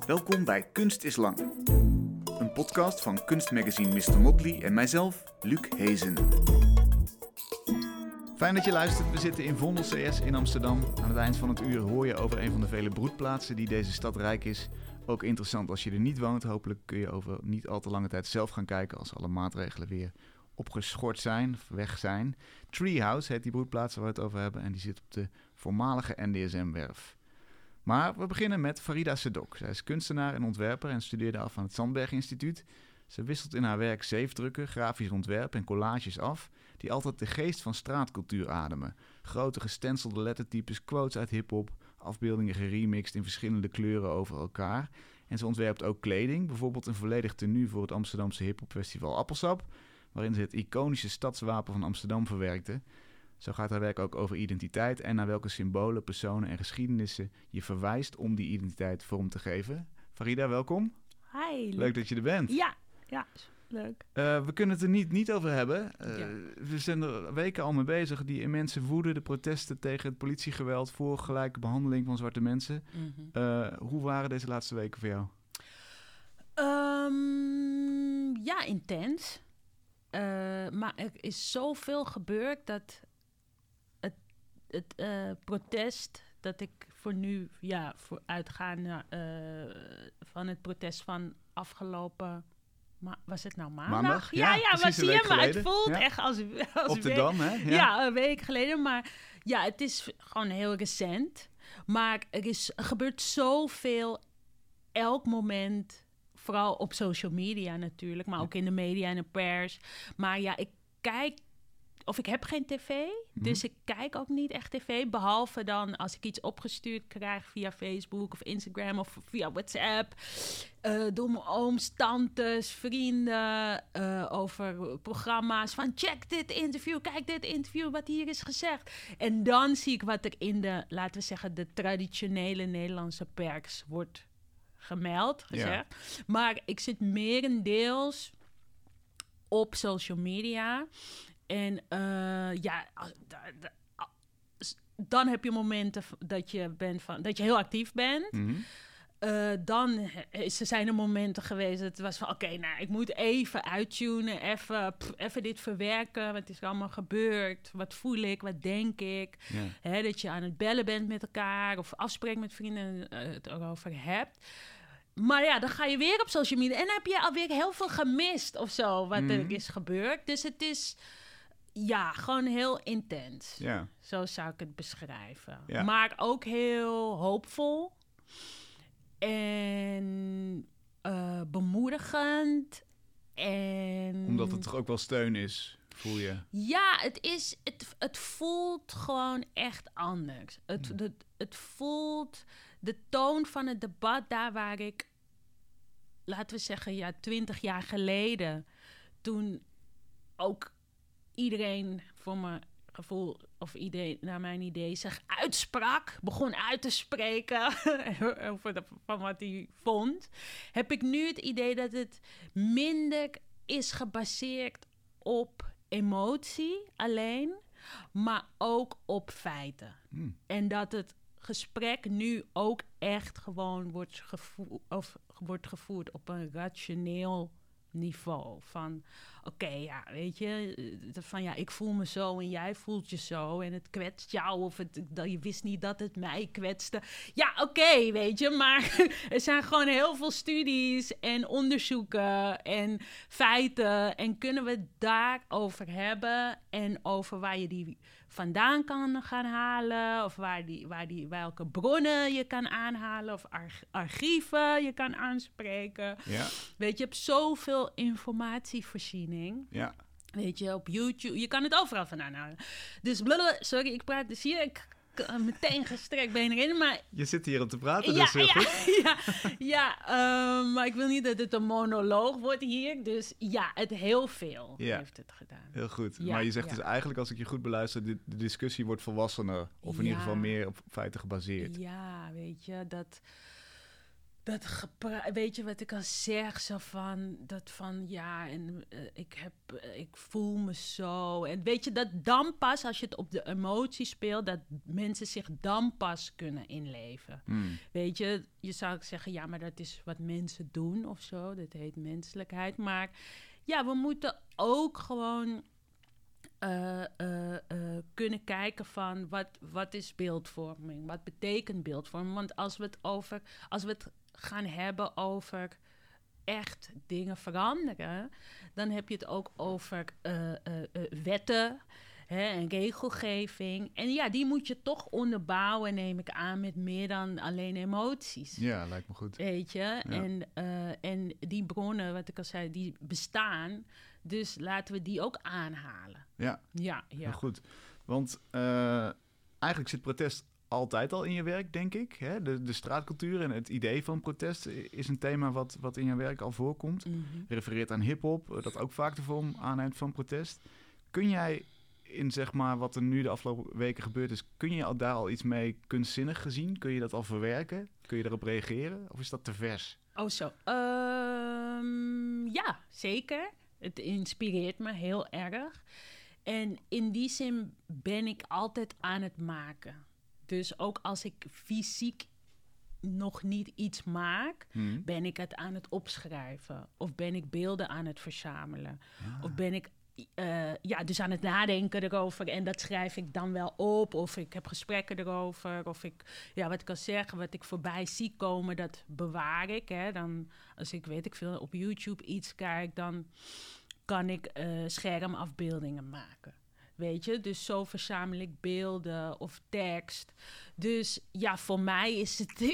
Welkom bij Kunst is Lang. Een podcast van kunstmagazine Mr. Motley en mijzelf, Luc Hezen. Fijn dat je luistert. We zitten in Vondel CS in Amsterdam. Aan het eind van het uur hoor je over een van de vele broedplaatsen die deze stad rijk is. Ook interessant als je er niet woont. Hopelijk kun je over niet al te lange tijd zelf gaan kijken als alle maatregelen weer opgeschort zijn, weg zijn. Treehouse heet die broedplaats waar we het over hebben en die zit op de voormalige NDSM-werf. Maar we beginnen met Farida Sedok. Zij is kunstenaar en ontwerper en studeerde af aan het Zandberg Instituut. Ze wisselt in haar werk zeefdrukken, grafisch ontwerp en collages af die altijd de geest van straatcultuur ademen. Grote gestencelde lettertypes, quotes uit hiphop, afbeeldingen geremixed in verschillende kleuren over elkaar. En ze ontwerpt ook kleding, bijvoorbeeld een volledig tenue voor het Amsterdamse hiphopfestival Appelsap, waarin ze het iconische stadswapen van Amsterdam verwerkte. Zo gaat haar werk ook over identiteit en naar welke symbolen, personen en geschiedenissen je verwijst om die identiteit vorm te geven. Farida, welkom. Hi. Leuk dat je er bent. Ja, leuk. We kunnen het er niet over hebben. We zijn er weken al mee bezig. Die immense woede, de protesten tegen het politiegeweld voor gelijke behandeling van zwarte mensen. Mm-hmm. Hoe waren deze laatste weken voor jou? Ja, intens. Maar er is zoveel gebeurd dat het protest dat ik voor nu uitgaande van het protest van afgelopen... was het nou maandag? Ja, maar zie je, maar het voelt echt als op de Dam, hè? Ja, een week geleden. Maar ja, het is gewoon heel recent. Maar er gebeurt zoveel elk moment... Vooral op social media natuurlijk, maar ook in de media en de pers. Maar ja, ik heb geen tv, dus ik kijk ook niet echt tv. Behalve dan als ik iets opgestuurd krijg via Facebook of Instagram of via WhatsApp. Door mijn ooms, tantes, vrienden over programma's. Van check dit interview, kijk dit interview, wat hier is gezegd. En dan zie ik wat er in de, laten we zeggen, de traditionele Nederlandse pers wordt gezegd. Ja. Maar ik zit merendeels op social media. En dan heb je momenten dat je heel actief bent. Mm-hmm. Dan zijn er momenten geweest dat het was van... Oké, ik moet even uittunen, even dit verwerken. Wat is er allemaal gebeurd? Wat voel ik? Wat denk ik? Yeah. Dat je aan het bellen bent met elkaar... of afspreekt met vrienden en het erover hebt. Maar ja, dan ga je weer op social media... en dan heb je alweer heel veel gemist of zo... wat er is gebeurd. Dus het is... Ja, gewoon heel intens. Yeah. Zo zou ik het beschrijven. Yeah. Maar ook heel hoopvol. En bemoedigend. En... Omdat het toch ook wel steun is, voel je? Ja, het voelt gewoon echt anders. Het voelt de toon van het debat daar waar ik... Laten we zeggen, 20 jaar geleden... Toen ook... iedereen voor mijn gevoel, of iedereen naar mijn idee, zich uitsprak, begon uit te spreken over van wat hij vond, heb ik nu het idee dat het minder is gebaseerd op emotie alleen, maar ook op feiten. En dat het gesprek nu ook echt gewoon wordt gevoerd op een rationeel niveau. Van, oké, weet je, van ik voel me zo en jij voelt je zo en het kwetst jou of je wist niet dat het mij kwetste. Ja, oké, weet je, maar er zijn gewoon heel veel studies en onderzoeken en feiten en kunnen we het daarover hebben en over waar je die vandaan kan gaan halen of welke bronnen je kan aanhalen of archieven je kan aanspreken. Ja. Weet je, hebt zoveel informatievoorziening. Ja. Weet je, op YouTube, je kan het overal vandaan halen. Dus sorry, ik praat dus hier, ik meteen gestrekt ben erin, maar... Je zit hier om te praten, dus heel goed. Maar ik wil niet dat het een monoloog wordt hier. Dus het heel veel heeft het gedaan. Heel goed. Ja, maar je zegt dus eigenlijk, als ik je goed beluister, de discussie wordt volwassener. Of in ieder geval meer op feiten gebaseerd. Ja, weet je, dat... weet je wat ik al zeg? Zo van, dat van, ja, en ik voel me zo. En weet je, dat dan pas, als je het op de emotie speelt, dat mensen zich dan pas kunnen inleven. Weet je, je zou zeggen, ja, maar dat is wat mensen doen of zo. Dat heet menselijkheid. Maar ja, we moeten ook gewoon kunnen kijken van wat is beeldvorming? Wat betekent beeldvorming? Want als we het gaan hebben over echt dingen veranderen, dan heb je het ook over wetten, hè, en regelgeving. En ja, die moet je toch onderbouwen, neem ik aan, met meer dan alleen emoties. Ja, lijkt me goed. Weet je? Ja. En die bronnen, wat ik al zei, die bestaan. Dus laten we die ook aanhalen. Ja, heel goed. Want eigenlijk zit protest altijd al in je werk, denk ik. Hè? De straatcultuur en het idee van protest is een thema wat in je werk al voorkomt. Mm-hmm. Je refereert aan hiphop, dat ook vaak de vorm aanneemt van protest. Kun jij in, zeg maar, wat er nu de afgelopen weken gebeurd is, kun je daar al iets mee kunstzinnig gezien? Kun je dat al verwerken? Kun je daarop reageren? Of is dat te vers? Oh zo. Ja, zeker. Het inspireert me heel erg. En in die zin ben ik altijd aan het maken. Dus ook als ik fysiek nog niet iets maak, ben ik het aan het opschrijven. Of ben ik beelden aan het verzamelen. Ja. Of ben ik dus aan het nadenken erover. En dat schrijf ik dan wel op. Of ik heb gesprekken erover. Of wat ik kan zeggen, wat ik voorbij zie komen, dat bewaar ik. Hè. Dan, als ik, weet ik veel, op YouTube iets kijk, dan kan ik schermafbeeldingen maken. Weet je, dus zo verzamel ik beelden of tekst. Dus ja, voor mij is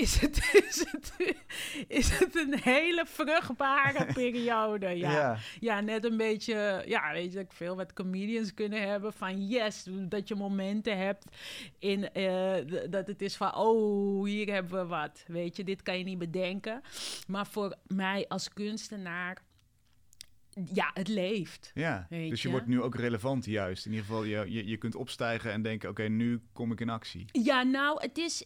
het een hele vruchtbare periode. Ja, net een beetje, ja, weet je, veel wat comedians kunnen hebben van yes, dat je momenten hebt in dat het is van hier hebben we wat. Weet je, dit kan je niet bedenken. Maar voor mij als kunstenaar, ja, het leeft. Ja, dus je wordt nu ook relevant juist. In ieder geval, je kunt opstijgen en denken, oké, nu kom ik in actie. Ja, nou,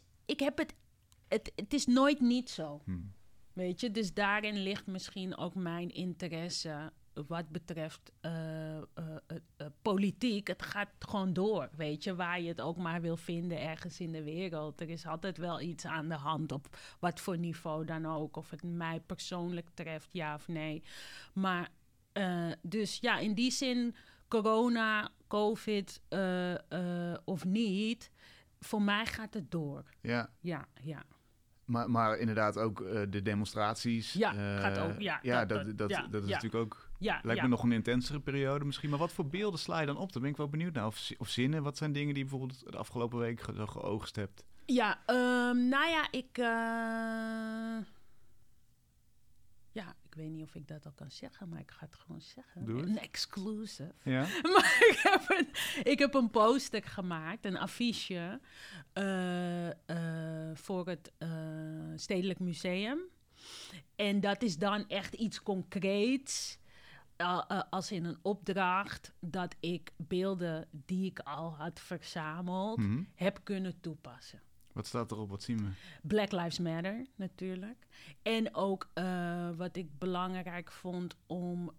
het is nooit niet zo. Weet je, dus daarin ligt misschien ook mijn interesse wat betreft politiek. Het gaat gewoon door, weet je, waar je het ook maar wil vinden ergens in de wereld. Er is altijd wel iets aan de hand op wat voor niveau dan ook. Of het mij persoonlijk treft, ja of nee. Maar dus ja, in die zin, corona, COVID of niet, voor mij gaat het door. Ja. Ja. Maar inderdaad ook de demonstraties. Ja, gaat ook. Ja, dat is natuurlijk ook, lijkt me nog een intensere periode misschien. Maar wat voor beelden sla je dan op? Daar ben ik wel benieuwd naar. Of zinnen, wat zijn dingen die je bijvoorbeeld de afgelopen week zo geoogst hebt? Ja, ik weet niet of ik dat al kan zeggen, maar ik ga het gewoon zeggen. Doe het. Een exclusive. Ja? Maar ik heb een poster gemaakt, een affiche, voor het Stedelijk Museum. En dat is dan echt iets concreets, als in een opdracht, dat ik beelden die ik al had verzameld, heb kunnen toepassen. Wat staat erop? Wat zien we? Black Lives Matter, natuurlijk. En ook wat ik belangrijk vond om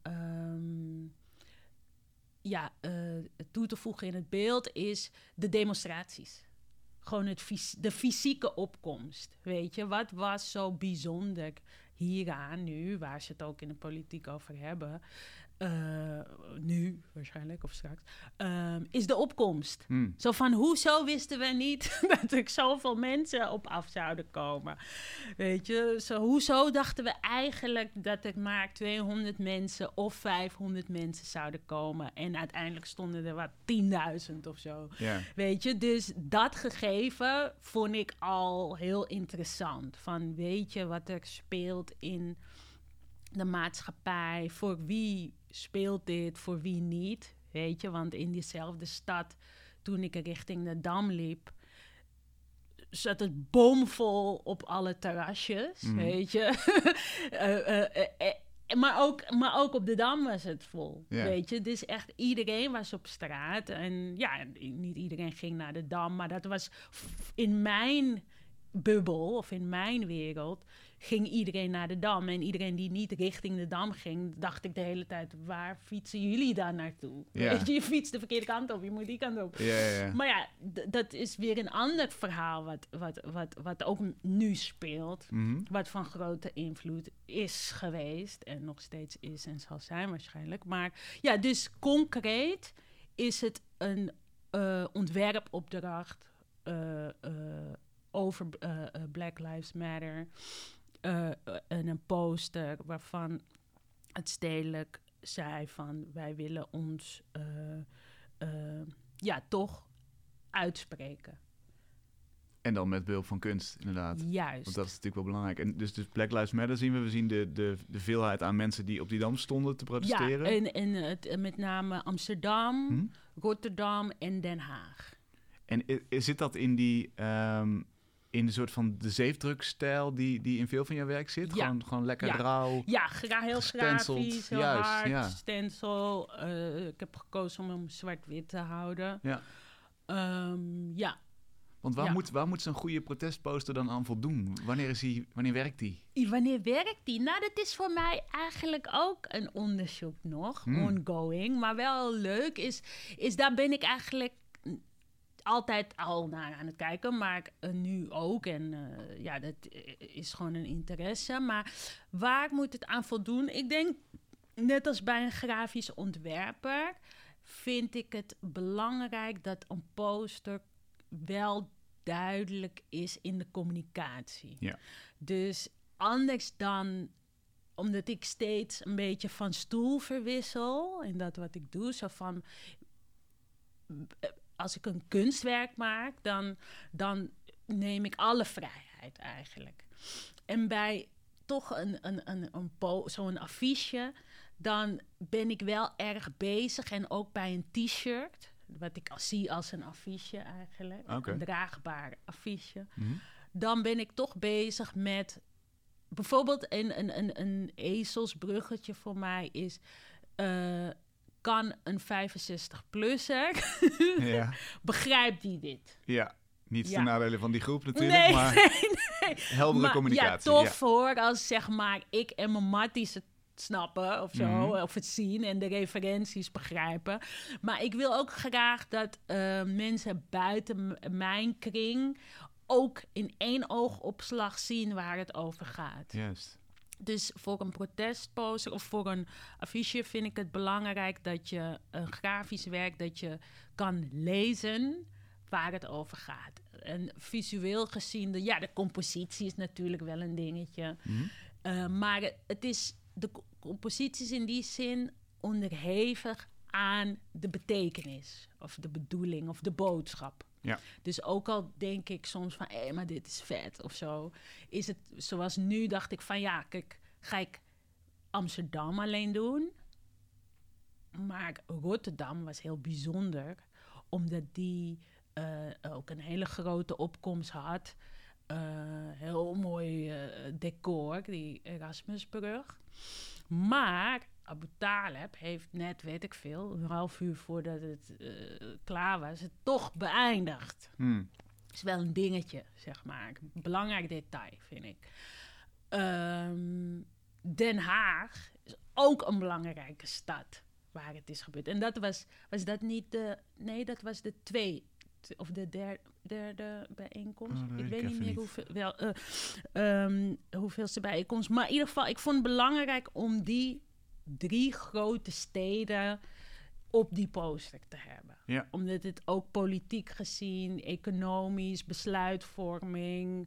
toe te voegen in het beeld is de demonstraties. Gewoon de fysieke opkomst, weet je. Wat was zo bijzonder hieraan nu, waar ze het ook in de politiek over hebben, nu waarschijnlijk of straks, is de opkomst. Zo van, hoezo wisten we niet dat er zoveel mensen op af zouden komen? Weet je, hoezo dachten we eigenlijk dat er maar 200 mensen of 500 mensen zouden komen en uiteindelijk stonden er wat 10.000 of zo. Yeah. Weet je, dus dat gegeven vond ik al heel interessant. Van, weet je wat er speelt in de maatschappij? Voor wie speelt dit, voor wie niet? Weet je, want in diezelfde stad, toen ik richting de Dam liep, zat het bomvol op alle terrasjes, weet je. Maar ook op de Dam was het vol, weet je. Dus echt iedereen was op straat. En ja, niet iedereen ging naar de Dam, maar dat was in mijn bubbel of in mijn wereld ging iedereen naar de Dam. En iedereen die niet richting de Dam ging, dacht ik de hele tijd, waar fietsen jullie dan naartoe? Ja. Weet je fietst de verkeerde kant op, je moet die kant op. Ja. Maar ja, dat is weer een ander verhaal wat ook nu speelt. Mhm. Wat van grote invloed is geweest en nog steeds is en zal zijn waarschijnlijk. Maar ja, dus concreet is het een ontwerpopdracht over Black Lives Matter. En een poster waarvan het stedelijk zei van wij willen ons toch uitspreken. En dan met behulp van kunst, inderdaad. Juist. Want dat is natuurlijk wel belangrijk. En dus Black Lives Matter zien we. We zien de veelheid aan mensen die op die Dam stonden te protesteren. Ja, en met name Amsterdam, Rotterdam en Den Haag. En zit dat in die... in de soort van de zeefdrukstijl die in veel van jouw werk zit? Ja. Gewoon lekker rauw. Ja, heel grafisch, heel juist, hard, ja. stencil. Ik heb gekozen om hem zwart-wit te houden. Ja. Ja. Want waar moet zo'n goede protestposter dan aan voldoen? Wanneer werkt die? Wanneer werkt die? Nou, dat is voor mij eigenlijk ook een onderzoek nog, ongoing. Maar wel leuk is daar ben ik eigenlijk altijd al naar aan het kijken, maar nu ook. En dat is gewoon een interesse. Maar waar moet het aan voldoen? Ik denk, net als bij een grafisch ontwerper, vind ik het belangrijk dat een poster wel duidelijk is in de communicatie. Ja. Dus anders dan, omdat ik steeds een beetje van stoel verwissel in dat wat ik doe, zo van, als ik een kunstwerk maak, dan neem ik alle vrijheid eigenlijk. En bij toch zo'n affiche, dan ben ik wel erg bezig. En ook bij een t-shirt, wat ik zie als een affiche eigenlijk, een draagbaar affiche. Mm-hmm. Dan ben ik toch bezig met bijvoorbeeld een ezelsbruggetje voor mij is, kan een 65-plusser, begrijpt die dit? Ja, niet ten nadele van die groep natuurlijk, maar heldere communicatie. Ja, tof hoor, als zeg maar ik en mijn matties het snappen of zo, of het zien en de referenties begrijpen. Maar ik wil ook graag dat mensen buiten mijn kring ook in één oogopslag zien waar het over gaat. Juist. Dus voor een protestposter of voor een affiche vind ik het belangrijk dat je een grafisch werk, dat je kan lezen waar het over gaat. En visueel gezien, de compositie is natuurlijk wel een dingetje. Maar het is, de compositie is in die zin onderhevig aan de betekenis of de bedoeling of de boodschap. Ja. Dus ook al denk ik soms van, maar dit is vet of zo, is het zoals nu dacht ik van, kijk, ga ik Amsterdam alleen doen. Maar Rotterdam was heel bijzonder, omdat die ook een hele grote opkomst had. Heel mooi decor, die Erasmusbrug. Maar Abu Talib heeft net, weet ik veel, een half uur voordat het klaar was, het toch beëindigd. Het is wel een dingetje, zeg maar. Een belangrijk detail, vind ik. Den Haag is ook een belangrijke stad waar het is gebeurd. En dat was dat niet de... Nee, dat was de derde bijeenkomst. Ik weet niet meer hoeveelste bijeenkomst. Maar in ieder geval, ik vond het belangrijk om die 3 grote steden op die poster te hebben. Ja. Omdat het ook politiek gezien, economisch, besluitvorming,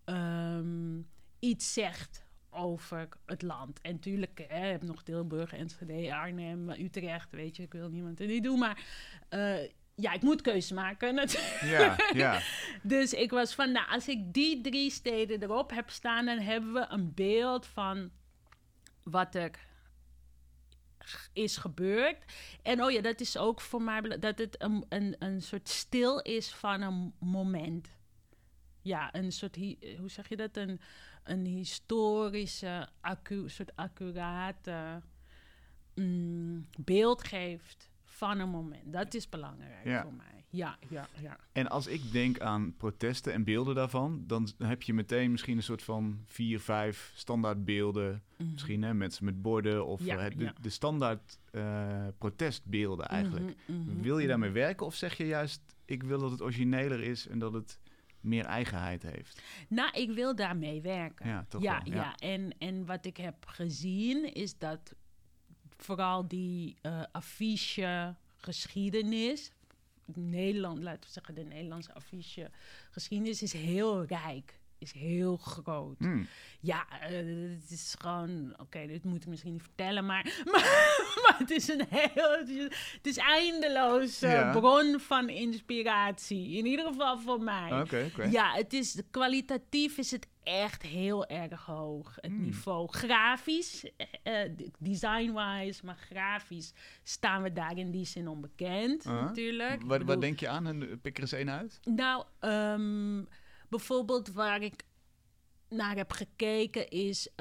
iets zegt over het land. En natuurlijk, je hebt nog Tilburg, Enschede, Arnhem, Utrecht, weet je, ik wil niemand er niet doen, maar ik moet keuze maken natuurlijk. Ja. Dus ik was van, als ik die 3 steden erop heb staan, dan hebben we een beeld van wat er is gebeurd. En dat is ook voor mij dat het een soort stil is van een moment. Ja, een soort, hoe zeg je dat? Een historische, soort accurate beeld geeft van een moment. Dat is belangrijk voor mij. Ja. En als ik denk aan protesten en beelden daarvan, dan heb je meteen misschien een soort van 4, 5 standaard beelden. Misschien mensen met borden of de standaard protestbeelden eigenlijk. Wil je daarmee werken of zeg je juist, ik wil dat het origineler is en dat het meer eigenheid heeft? Nou, ik wil daarmee werken. Ja, toch wel. Ja. En wat ik heb gezien is dat vooral die affiche geschiedenis, Nederland, laten we zeggen, de Nederlandse affiche geschiedenis is heel rijk, is heel groot. Ja, het is gewoon, oké, dit moet ik misschien niet vertellen, maar het is het is eindeloze bron van inspiratie, in ieder geval voor mij. Okay. Ja, kwalitatief is het echt heel erg hoog, het niveau. Grafisch, design-wise, maar grafisch staan we daar in die zin onbekend, natuurlijk. Wat denk je aan? Pik er eens één uit. Nou, bijvoorbeeld waar ik naar heb gekeken is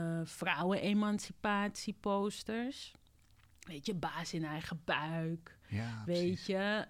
vrouwenemancipatieposters. Weet je, baas in eigen buik. Ja, weet precies. je,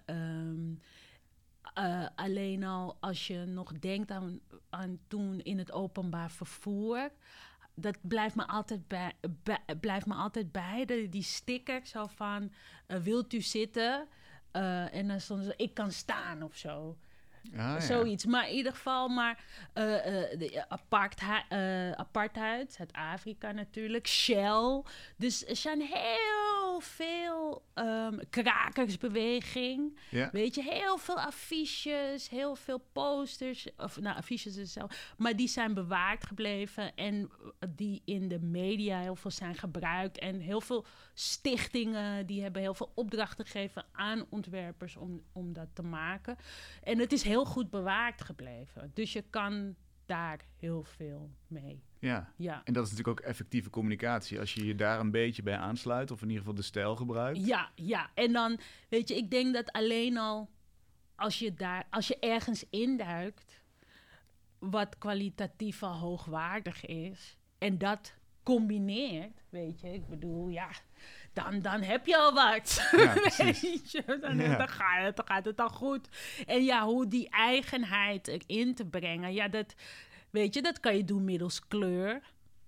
alleen al als je nog denkt aan toen in het openbaar vervoer, dat blijft me altijd bij. Die sticker zo van, wilt u zitten? En dan stond ze, ik kan staan of zo. Zoiets. Maar in ieder geval, de apartheid, Zuid-Afrika natuurlijk, Shell. Dus er zijn heel veel krakersbeweging. Ja. Weet je, heel veel affiches, heel veel posters. Affiches is zelf, maar die zijn bewaard gebleven en die in de media heel veel zijn gebruikt. En heel veel stichtingen, die hebben heel veel opdrachten gegeven aan ontwerpers om dat te maken. En het is heel goed bewaard gebleven. Dus je kan daar heel veel mee. Ja, en dat is natuurlijk ook effectieve communicatie. Als je je daar een beetje bij aansluit, of in ieder geval de stijl gebruikt. Ja. En dan, weet je, ik denk dat alleen al als je ergens induikt, wat kwalitatief al hoogwaardig is, en dat combineert, weet je, ik bedoel, dan heb je al wat. Ja, precies. Weet je, dan gaat het al goed. En hoe die eigenheid erin te brengen, dat, weet je, dat kan je doen middels kleur.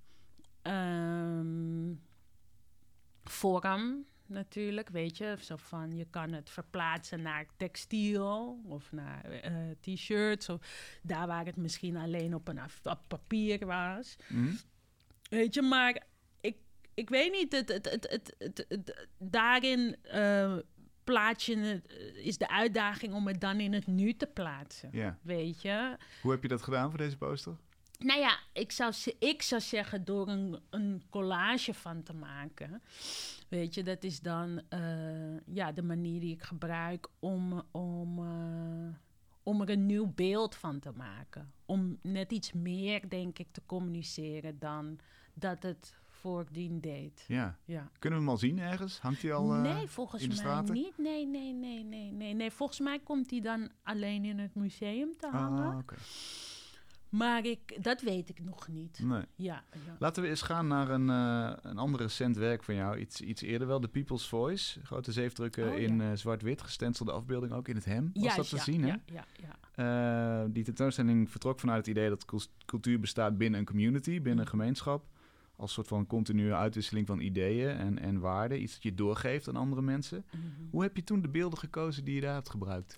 Vorm natuurlijk, weet je. Zo van, je kan het verplaatsen naar textiel of naar t-shirts. Of daar waar het misschien alleen op papier was. Weet je, maar ik weet niet, daarin plaats je is de uitdaging om het dan in het nu te plaatsen. Ja. Weet je? Hoe heb je dat gedaan voor deze poster? Nou ja, ik zou zeggen door een collage van te maken. Weet je, dat is dan de manier die ik gebruik om er een nieuw beeld van te maken. Om net iets meer, denk ik, te communiceren dan dat het voordien deed. Ja. Kunnen we hem al zien ergens? Hangt hij al nee, volgens in de mij straten? niet. Nee. Volgens mij komt hij dan alleen in het museum te hangen. Okay. Maar dat weet ik nog niet. Nee. Ja. Laten we eens gaan naar een ander recent werk van jou. Iets eerder wel, The People's Voice. Grote zeefdrukken in zwart-wit. Gestencelde afbeelding ook in het hem. Was dat te zien, hè? Ja. Die tentoonstelling vertrok vanuit het idee dat cultuur bestaat binnen een community, binnen een gemeenschap. Als soort van continue uitwisseling van ideeën en waarden. Iets dat je doorgeeft aan andere mensen. Hoe heb je toen de beelden gekozen die je daar hebt gebruikt?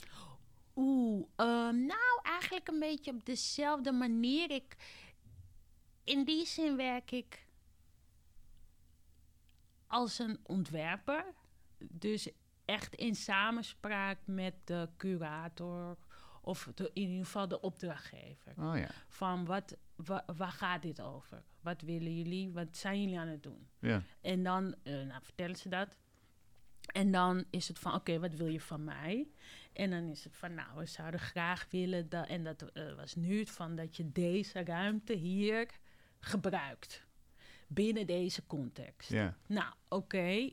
Nou, eigenlijk een beetje op dezelfde manier. In die zin werk ik als een ontwerper. Dus echt in samenspraak met de curator of in ieder geval de opdrachtgever. Oh ja. Van waar gaat dit over? Wat willen jullie? Wat zijn jullie aan het doen? Ja. En dan vertellen ze dat. En dan is het van, oké, wat wil je van mij? En dan is het van, nou, we zouden graag willen en dat was nu het van dat je deze ruimte hier gebruikt. Binnen deze context. Ja. Nou, oké.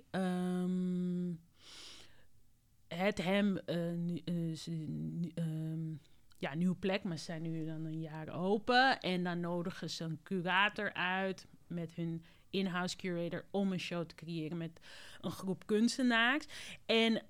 Nieuwe plek, maar ze zijn nu dan een jaar open. En dan nodigen ze een curator uit met hun in-house curator om een show te creëren met een groep kunstenaars. En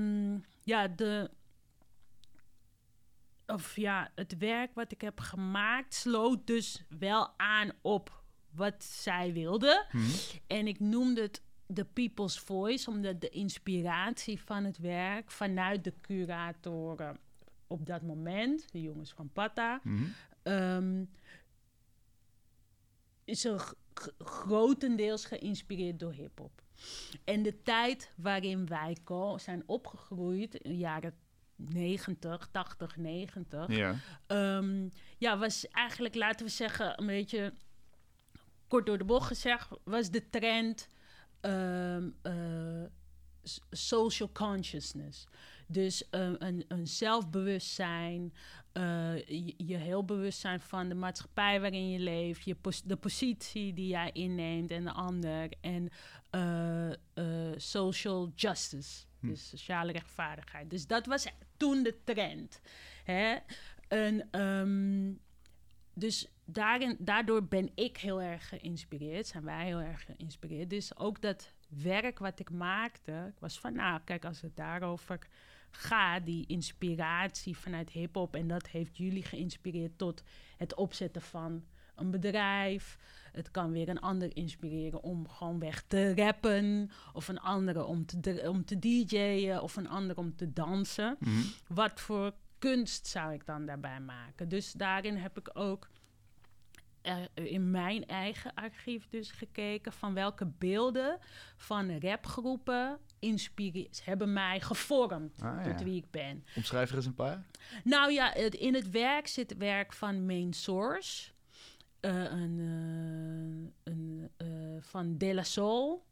het werk wat ik heb gemaakt sloot dus wel aan op wat zij wilde. En ik noemde het The People's Voice, omdat de inspiratie van het werk vanuit de curatoren op dat moment, de jongens van Pata, is er grotendeels geïnspireerd door hiphop. En de tijd waarin wij zijn opgegroeid, in de jaren 80, 90... was eigenlijk, laten we zeggen, een beetje kort door de bocht gezegd, was de trend social consciousness. Dus een zelfbewustzijn, je heel bewust zijn van de maatschappij waarin je leeft, de positie die jij inneemt en de ander, en social justice, dus sociale rechtvaardigheid. Dus dat was toen de trend. Hè? Dus daardoor ben ik heel erg geïnspireerd, zijn wij heel erg geïnspireerd. Dus ook dat werk wat ik maakte, ik was van, kijk, als het daarover gaat, die inspiratie vanuit hiphop, en dat heeft jullie geïnspireerd tot het opzetten van een bedrijf. Het kan weer een ander inspireren om gewoon weg te rappen, of een andere om te DJ'en, of een ander om te dansen. Wat voor kunst zou ik dan daarbij maken? Dus daarin heb ik ook in mijn eigen archief dus gekeken van welke beelden van rapgroepen hebben mij gevormd tot wie ik ben. Omschrijf er eens een paar. Nou ja, in het werk zit werk van Main Source, van De La Soul.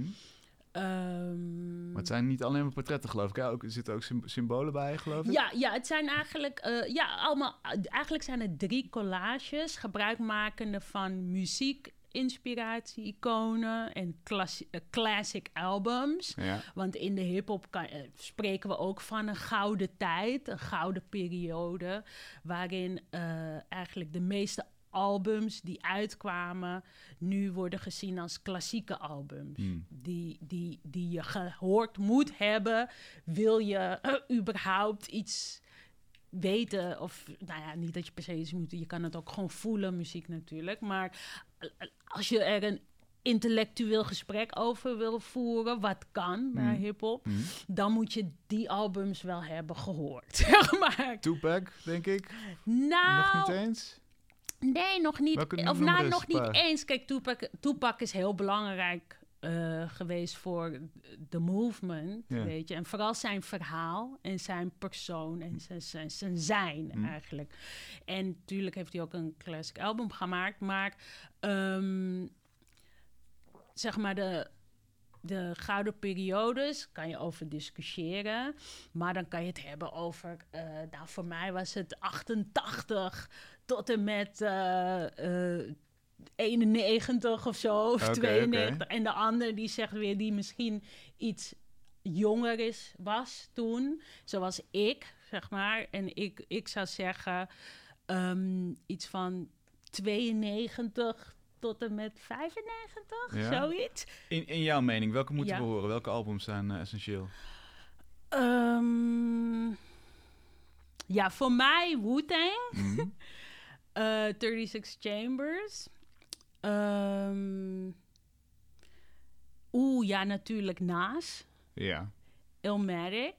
Maar het zijn niet alleen maar portretten, geloof ik. Er zitten ook symbolen bij, geloof ik. Ja, het zijn eigenlijk allemaal. Eigenlijk zijn het 3 collages, gebruikmakende van muziek, inspiratie, iconen en classic albums. Ja. Want in de hiphop spreken we ook van een gouden tijd, een gouden periode, waarin eigenlijk de meeste albums die uitkwamen nu worden gezien als klassieke albums. Die je gehoord moet hebben, wil je überhaupt iets weten. Of, niet dat je per se iets moet, je kan het ook gewoon voelen, muziek natuurlijk. Maar als je er een intellectueel gesprek over wil voeren, wat kan naar hiphop, dan moet je die albums wel hebben gehoord. Zeg maar. Tupac, denk ik? Nou, nog niet eens? Nee, nog niet. Nog niet eens. Kijk, Tupac is heel belangrijk geweest voor de movement, weet je. En vooral zijn verhaal en zijn persoon en zijn zijn eigenlijk. En natuurlijk heeft hij ook een classic album gemaakt, maar zeg maar de gouden periodes kan je over discussiëren, maar dan kan je het hebben over, voor mij was het 88 tot en met 91 of zo, of 92. Okay. En de ander die zegt weer, die misschien iets jonger was toen, zoals ik, zeg maar. En ik zou zeggen iets van 92 tot en met 95, zoiets. In jouw mening, welke moeten we horen? Welke albums zijn essentieel? Voor mij Wu-Tang. 36 Chambers. Natuurlijk Nas. Ja. Illmatic.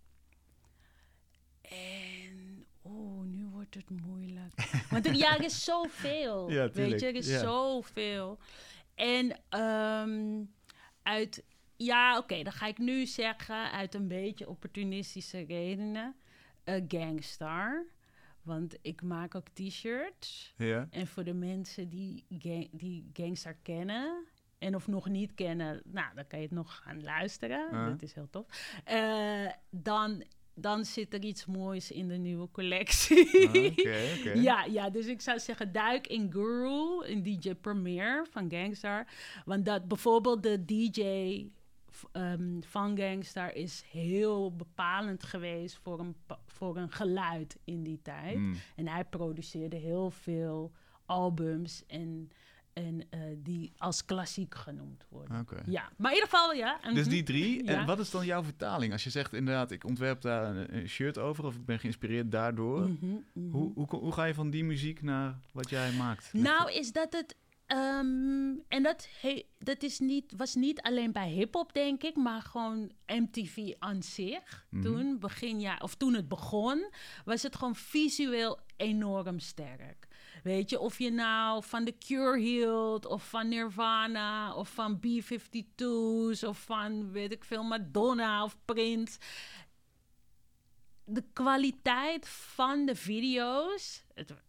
En nu wordt het moeilijk. Want er is zoveel. Ja, weet je, er is zoveel. En dan ga ik nu zeggen, uit een beetje opportunistische redenen, Gangstar. Want ik maak ook t-shirts. Ja. En voor de mensen die Gangstar kennen en of nog niet kennen, dan kan je het nog gaan luisteren. Dat is heel tof. Dan zit er iets moois in de nieuwe collectie. Okay. Ja, dus ik zou zeggen, duik in Guru, in DJ Premier van Gangstar. Want dat bijvoorbeeld de DJ van Gangstar is heel bepalend geweest voor een geluid in die tijd. En hij produceerde heel veel albums en die als klassiek genoemd worden. Oké. Ja, maar in ieder geval, ja. Dus die 3. Ja. En wat is dan jouw vertaling? Als je zegt inderdaad, ik ontwerp daar een shirt over... of ik ben geïnspireerd daardoor. Hoe ga je van die muziek naar wat jij maakt? Nou, is dat het... en dat was niet alleen bij hip-hop, denk ik, maar gewoon MTV aan zich. Toen het begon, was het gewoon visueel enorm sterk. Weet je, of je nou van The Cure hield, of van Nirvana, of van B-52's, of van, weet ik veel, Madonna of Prince. De kwaliteit van de video's,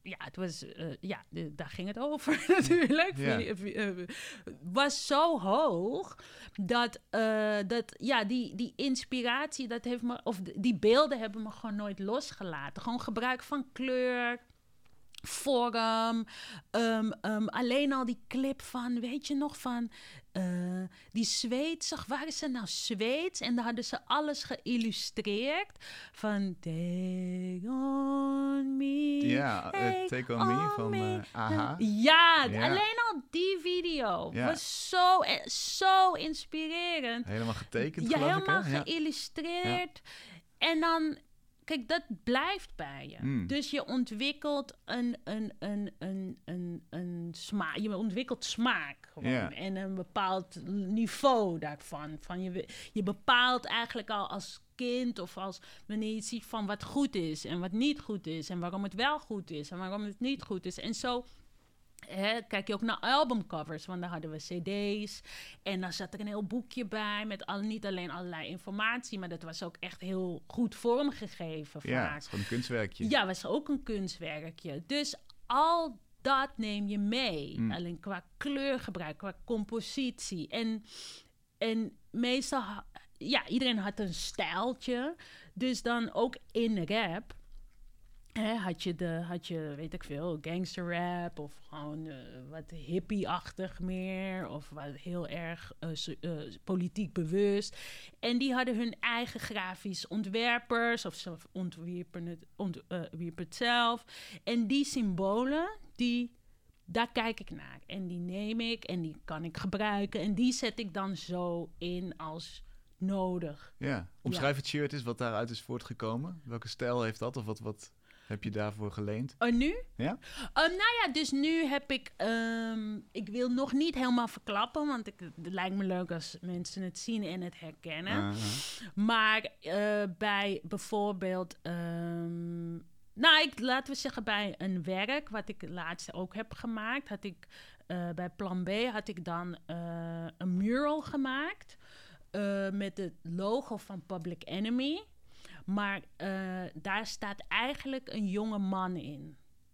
daar ging het over natuurlijk, was zo hoog dat die inspiratie, dat heeft me, of die beelden hebben me gewoon nooit losgelaten. Gewoon gebruik van kleur, vorm, alleen al die clip van, weet je nog, van die Zweeds, waren ze nou Zweeds? En daar hadden ze alles geïllustreerd van Take on me. Ja, Take on me van AHA. Ja, alleen al die video was zo inspirerend. Helemaal getekend, ja, geloof helemaal ik, hè? geïllustreerd. Ja. En dan... Kijk, dat blijft bij je. Dus je ontwikkelt een smaak. Je ontwikkelt smaak gewoon. Yeah. En een bepaald niveau daarvan. Je bepaalt eigenlijk al als kind of als wanneer je ziet van wat goed is en wat niet goed is. En waarom het wel goed is en waarom het niet goed is. En zo... kijk je ook naar albumcovers, want daar hadden we cd's. En dan zat er een heel boekje bij met niet alleen allerlei informatie, maar dat was ook echt heel goed vormgegeven. Ja, het is gewoon een kunstwerkje. Ja, was ook een kunstwerkje. Dus al dat neem je mee. Alleen qua kleurgebruik, qua compositie. En meestal, iedereen had een stijltje. Dus dan ook in rap... had je, weet ik veel, gangster rap of gewoon wat hippie-achtig meer of wat heel erg politiek bewust. En die hadden hun eigen grafisch ontwerpers of ze ontwierpen het zelf. En die symbolen, daar kijk ik naar. En die neem ik en die kan ik gebruiken. En die zet ik dan zo in als nodig. Ja, omschrijf het shirt eens wat daaruit is voortgekomen. Welke stijl heeft dat of wat heb je daarvoor geleend? Nu? Ja? Dus nu heb ik... ik wil nog niet helemaal verklappen, want het lijkt me leuk als mensen het zien en het herkennen. Maar bij bijvoorbeeld... laten we zeggen bij een werk, wat ik laatst ook heb gemaakt, had ik bij Plan B had ik dan een mural gemaakt met het logo van Public Enemy. Maar daar staat eigenlijk een jonge man in.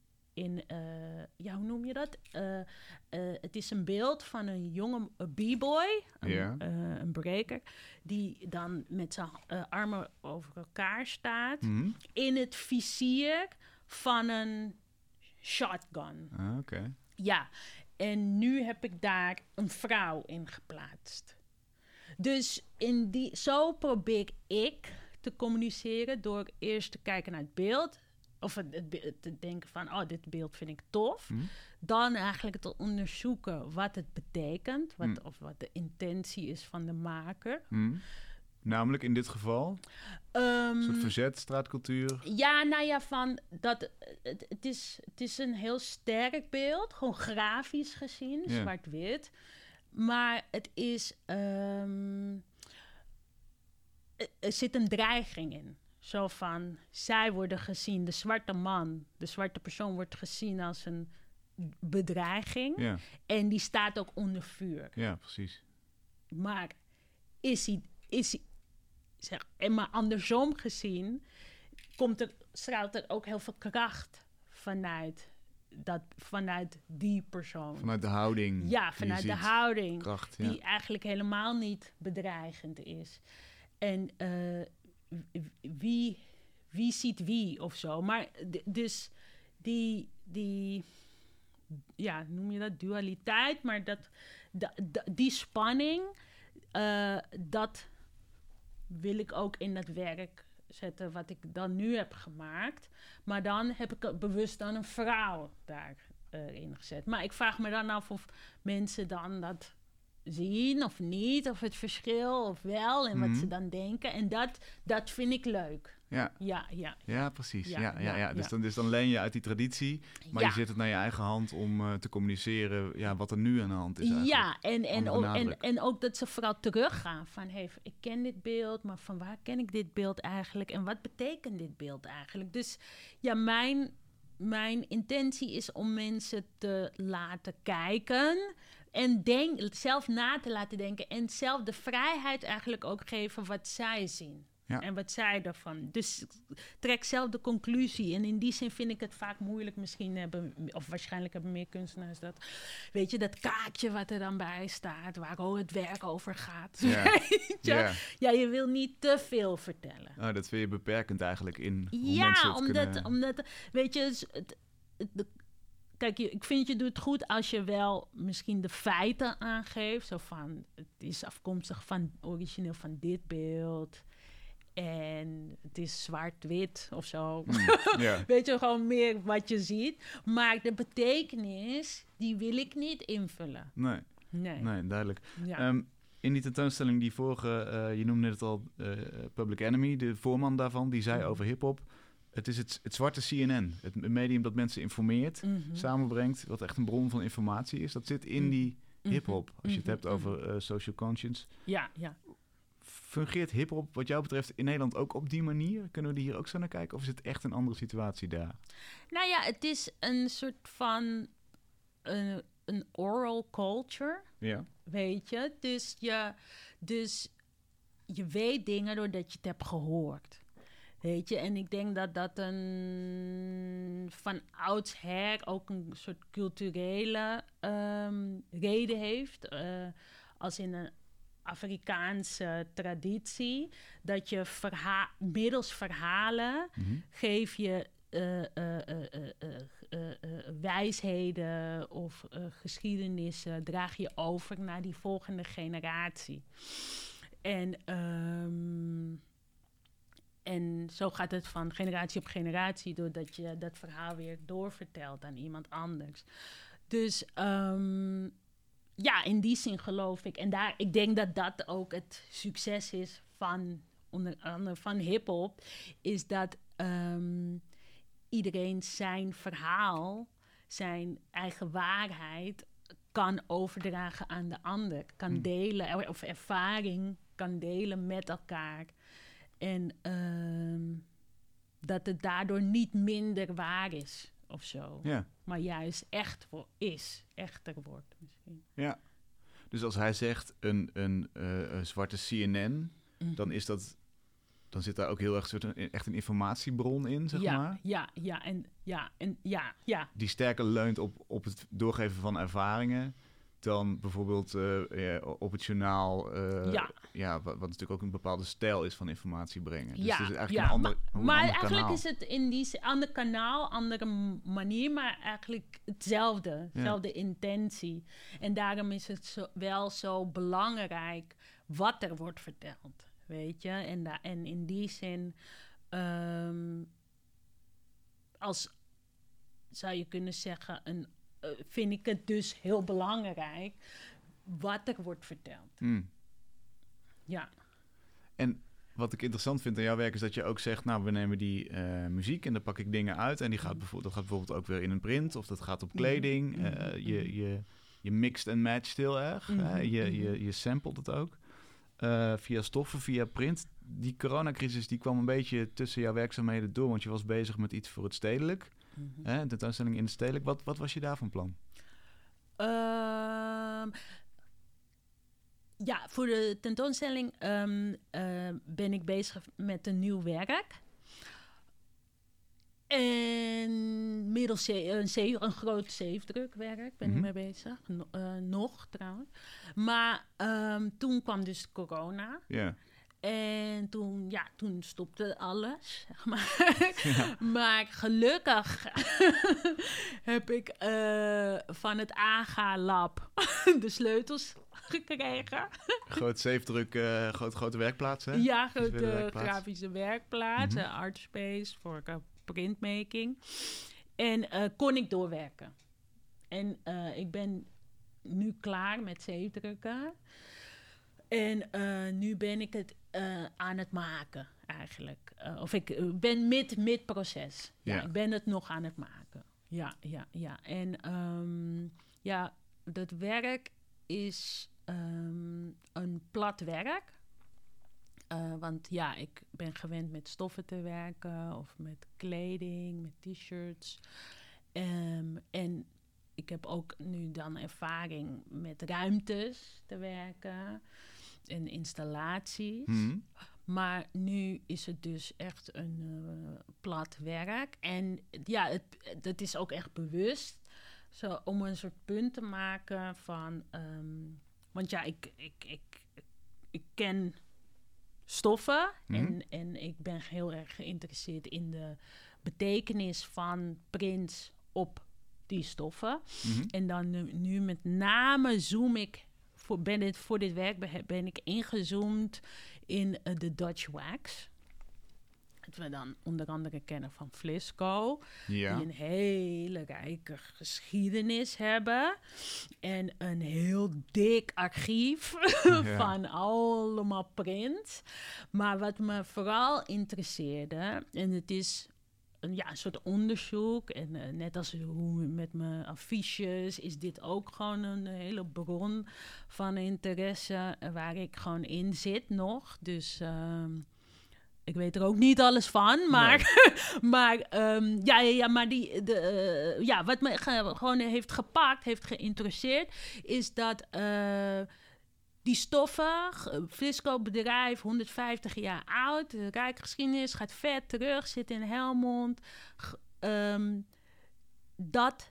Hoe noem je dat? Het is een beeld van een jonge b-boy, een breaker, die dan met zijn armen over elkaar staat in het vizier van een shotgun. Oké. Ja, en nu heb ik daar een vrouw in geplaatst. Dus zo probeer ik te communiceren door eerst te kijken naar het beeld. Of te denken van, dit beeld vind ik tof. Dan eigenlijk te onderzoeken wat het betekent. Of wat de intentie is van de maker. Namelijk in dit geval? Een soort verzet, straatcultuur? Het is een heel sterk beeld. Gewoon grafisch gezien, zwart-wit. Maar het is... er zit een dreiging in. Zo van, zij worden gezien, de zwarte persoon wordt gezien als een bedreiging. Ja. En die staat ook onder vuur. Ja, precies. Maar maar andersom gezien, straalt er ook heel veel kracht vanuit die persoon. Vanuit de houding. Ja, vanuit de houding. Kracht, die eigenlijk helemaal niet bedreigend is. En wie ziet wie of zo. Maar dus die noem je dat, dualiteit, maar die spanning, dat wil ik ook in dat werk zetten wat ik dan nu heb gemaakt. Maar dan heb ik bewust dan een vrouw daar erin gezet. Maar ik vraag me dan af of mensen dan dat zien of niet, of het verschil of wel en wat ze dan denken. En dat vind ik leuk. Ja, precies. Ja. Dus dan leen je uit die traditie, maar je zet het naar je eigen hand om te communiceren wat er nu aan de hand is eigenlijk. Ja, en ook dat ze vooral teruggaan van, ik ken dit beeld, maar van waar ken ik dit beeld eigenlijk en wat betekent dit beeld eigenlijk? Dus ja, mijn intentie is om mensen te laten kijken en zelf na te laten denken en zelf de vrijheid eigenlijk ook geven wat zij zien. Ja. En wat zij ervan. Dus trek zelf de conclusie. En in die zin vind ik het vaak moeilijk. Misschien of waarschijnlijk hebben meer kunstenaars dat. Weet je, dat kaartje wat er dan bij staat. Waar het werk over gaat. Ja, je wil niet te veel vertellen. Oh, dat vind je beperkend eigenlijk in hoe ja, mensen het omdat weet je, kijk, ik vind je doet het goed als je wel misschien de feiten aangeeft. Zo van, het is afkomstig van origineel van dit beeld. En het is zwart-wit of zo. Weet je, gewoon meer wat je ziet. Maar de betekenis, die wil ik niet invullen. Nee, duidelijk. Ja. In die tentoonstelling die vorige, je noemde het al, Public Enemy, de voorman daarvan, die zei over hiphop. Het is het zwarte CNN. Het medium dat mensen informeert, samenbrengt, wat echt een bron van informatie is. Dat zit in die hiphop, als je het hebt over social conscience. Ja. Fungeert hiphop wat jou betreft in Nederland ook op die manier? Kunnen we hier ook zo naar kijken? Of is het echt een andere situatie daar? Nou ja, het is een soort van een oral culture. Ja. Weet je? Dus je weet dingen doordat je het hebt gehoord. Weet je? En ik denk dat van oudsher ook een soort culturele reden heeft. Als in een Afrikaanse traditie, dat je middels verhalen geef je wijsheden of geschiedenissen, draag je over naar die volgende generatie. En zo gaat het van generatie op generatie, doordat je dat verhaal weer doorvertelt aan iemand anders. Dus ja, in die zin geloof ik. En ik denk dat ook het succes is van, onder andere van hiphop, is dat iedereen zijn verhaal, zijn eigen waarheid kan overdragen aan de ander. Kan delen, of ervaring kan delen met elkaar. En dat het daardoor niet minder waar is of zo. Ja. Maar juist echter wordt misschien. Ja, dus als hij zegt een zwarte CNN, dan zit daar ook heel erg echt een informatiebron in, zeg maar. Ja. Die sterker leunt op het doorgeven van ervaringen dan bijvoorbeeld op het journaal, wat natuurlijk ook een bepaalde stijl is van informatie brengen. Dus het is eigenlijk een ander eigenlijk kanaal. is het in die ander kanaal, andere manier, maar eigenlijk hetzelfde intentie. En daarom is het wel zo belangrijk wat er wordt verteld, weet je. En in die zin, zou je kunnen zeggen, vind ik het dus heel belangrijk wat er wordt verteld. Ja. En wat ik interessant vind aan jouw werk is dat je ook zegt, nou, we nemen die muziek en dan pak ik dingen uit en dat gaat bijvoorbeeld ook weer in een print of dat gaat op kleding. Je mixt en matcht heel erg. Je samplet het ook. Via stoffen, via print. Die coronacrisis die kwam een beetje tussen jouw werkzaamheden door, want je was bezig met iets voor het stedelijk. Een tentoonstelling in het stedelijk. Wat was je daar van plan? Ja, voor de tentoonstelling ben ik bezig met een nieuw werk. En middels een groot zeefdrukwerk ben ik mee bezig. Nog trouwens. Maar toen kwam dus corona. Ja. En toen stopte alles, zeg maar. Ja. Maar gelukkig heb ik van het AGA-lab de sleutels gekregen. Groot zeefdruk, grote werkplaats, hè? Ja, grote grafische werkplaats. Artspace voor printmaking. En kon ik doorwerken. En ik ben nu klaar met zeepdrukken. En nu ben ik het aan het maken, eigenlijk. Of ik ben mid-proces. Ja, ik ben het nog aan het maken. Ja. En dat werk is een plat werk. Want ik ben gewend met stoffen te werken of met kleding, met t-shirts. En ik heb ook nu dan ervaring met ruimtes te werken en installaties. Mm-hmm. Maar nu is het dus echt een plat werk. En dat is ook echt bewust. Zo, om een soort punt te maken van... want ik ken stoffen. Mm-hmm. En ik ben heel erg geïnteresseerd in de betekenis van prints op die stoffen. Mm-hmm. En dan nu met name zoom ik... Voor dit werk ben ik ingezoomd in de Dutch wax. Dat we dan onder andere kennen van Vlisco. Ja. Die een hele rijke geschiedenis hebben. En een heel dik archief van allemaal prints. Maar wat me vooral interesseerde... En het is een soort onderzoek. En net als hoe met mijn affiches... is dit ook gewoon een hele bron van interesse... waar ik gewoon in zit nog. Dus... ik weet er ook niet alles van, maar, nee. maar wat me gewoon heeft gepakt, heeft geïnteresseerd, is dat die stoffen, Vlisco bedrijf, 150 jaar oud, rijke geschiedenis, gaat ver terug, zit in Helmond, dat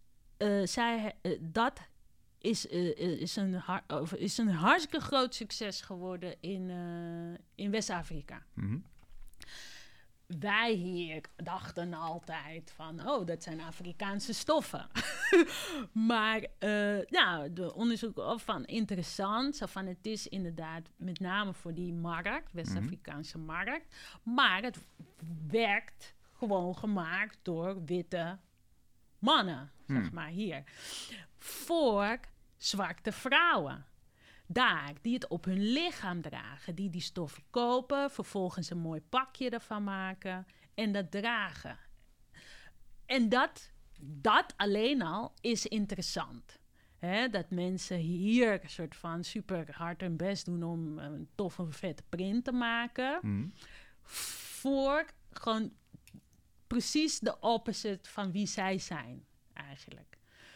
is een hartstikke groot succes geworden in West-Afrika. Mm-hmm. Wij hier dachten altijd van, dat zijn Afrikaanse stoffen. Maar de onderzoek van interessant. Zo van, het is inderdaad met name voor die markt, West-Afrikaanse markt. Maar het werkt gewoon gemaakt door witte mannen, zeg maar hier. Voor zwarte vrouwen. Daar, die het op hun lichaam dragen. Die stoffen kopen, vervolgens een mooi pakje ervan maken en dat dragen. En dat alleen al is interessant. Hè? Dat mensen hier een soort van super hard hun best doen om een toffe, vette print te maken. Mm. Voor gewoon precies de opposite van wie zij zijn, eigenlijk.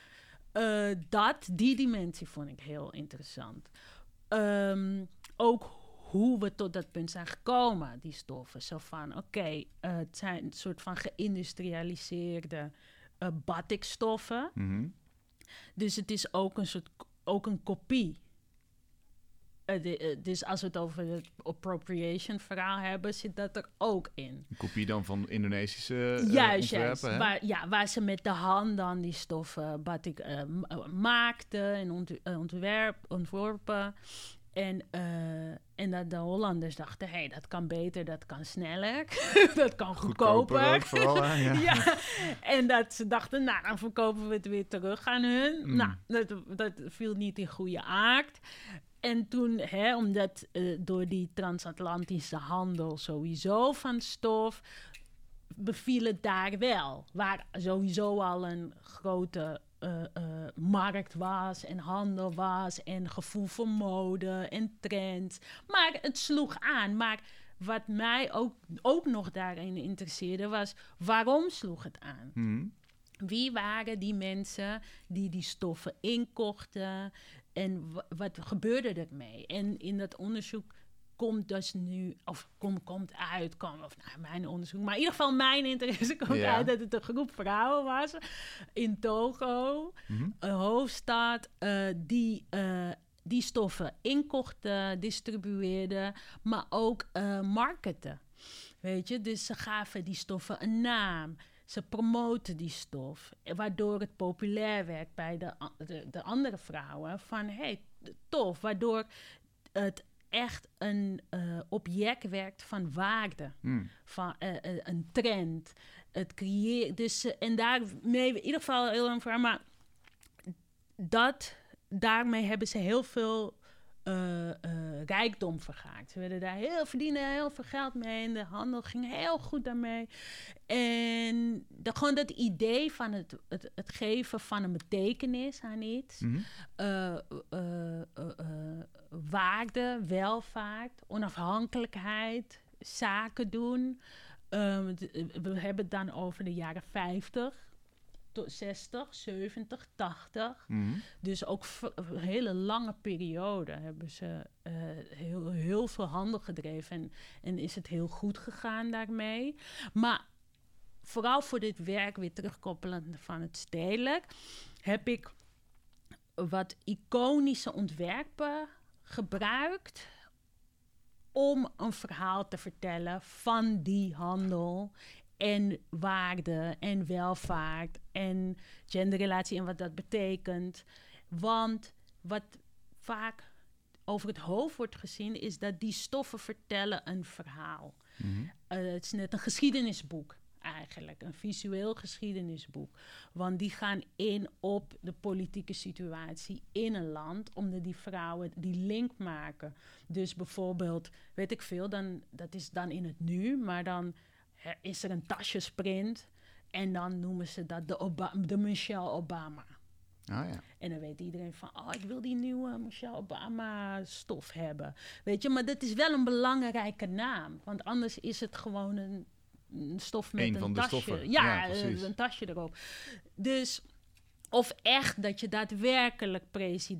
Die dimensie vond ik heel interessant. Ook hoe we tot dat punt zijn gekomen, die stoffen. Zo van, het zijn een soort van geïndustrialiseerde batikstoffen. Mm-hmm. Dus het is ook een kopie. Dus als we het over het appropriation verhaal hebben, zit dat er ook in. Een kopie dan van Indonesische ontwerpen? Waar ze met de hand dan die stoffen batik maakten en ontworpen. En dat de Hollanders dachten, dat kan beter, dat kan sneller, dat kan goedkoper. Ook vooral, ja. En dat ze dachten, dan verkopen we het weer terug aan hun. Mm. Nou, dat viel niet in goede aard. En toen, omdat door die transatlantische handel sowieso van stof, beviel het daar wel. Waar sowieso al een grote markt was en handel was en gevoel voor mode en trends. Maar het sloeg aan. Maar wat mij ook nog daarin interesseerde was, waarom sloeg het aan? Mm-hmm. Wie waren die mensen die stoffen inkochten? En wat gebeurde ermee? En in dat onderzoek komt dus nu, mijn onderzoek, maar in ieder geval mijn interesse komt uit dat het een groep vrouwen was in Togo, een hoofdstad, die stoffen inkochten, distribueerden, maar ook marketen. Weet je, dus ze gaven die stoffen een naam. Ze promoten die stof, waardoor het populair werd bij de andere vrouwen. Van, tof, waardoor het echt een object werkt van waarde. Van een trend. Het creëert. Dus, en daarmee in ieder geval heel lang vraag, maar daarmee hebben ze heel veel rijkdom vergaard. Ze werden daar verdienen heel veel geld mee en de handel ging heel goed daarmee. En gewoon dat idee van het geven van een betekenis aan iets, waarde, welvaart, onafhankelijkheid, zaken doen. We hebben het dan over de jaren 50. Tot 60, 70, 80. Dus ook een hele lange periode hebben ze heel veel handel gedreven. En is het heel goed gegaan daarmee. Maar vooral voor dit werk, weer terugkoppelend van het stedelijk, heb ik wat iconische ontwerpen gebruikt om een verhaal te vertellen van die handel en waarde en welvaart en genderrelatie en wat dat betekent. Want wat vaak over het hoofd wordt gezien is dat die stoffen vertellen een verhaal. Het is net een geschiedenisboek eigenlijk, een visueel geschiedenisboek. Want die gaan in op de politieke situatie in een land, omdat die vrouwen die link maken. Dus bijvoorbeeld, weet ik veel, dat is dan in het nu, maar dan is er een tasjesprint en dan noemen ze dat de Michelle Obama. Oh, ja. En dan weet iedereen van, ik wil die nieuwe Michelle Obama stof hebben. Weet je, maar dat is wel een belangrijke naam. Want anders is het gewoon een stof met een tasje. Stoffen. Ja, een tasje erop. Dus, of echt dat je daadwerkelijk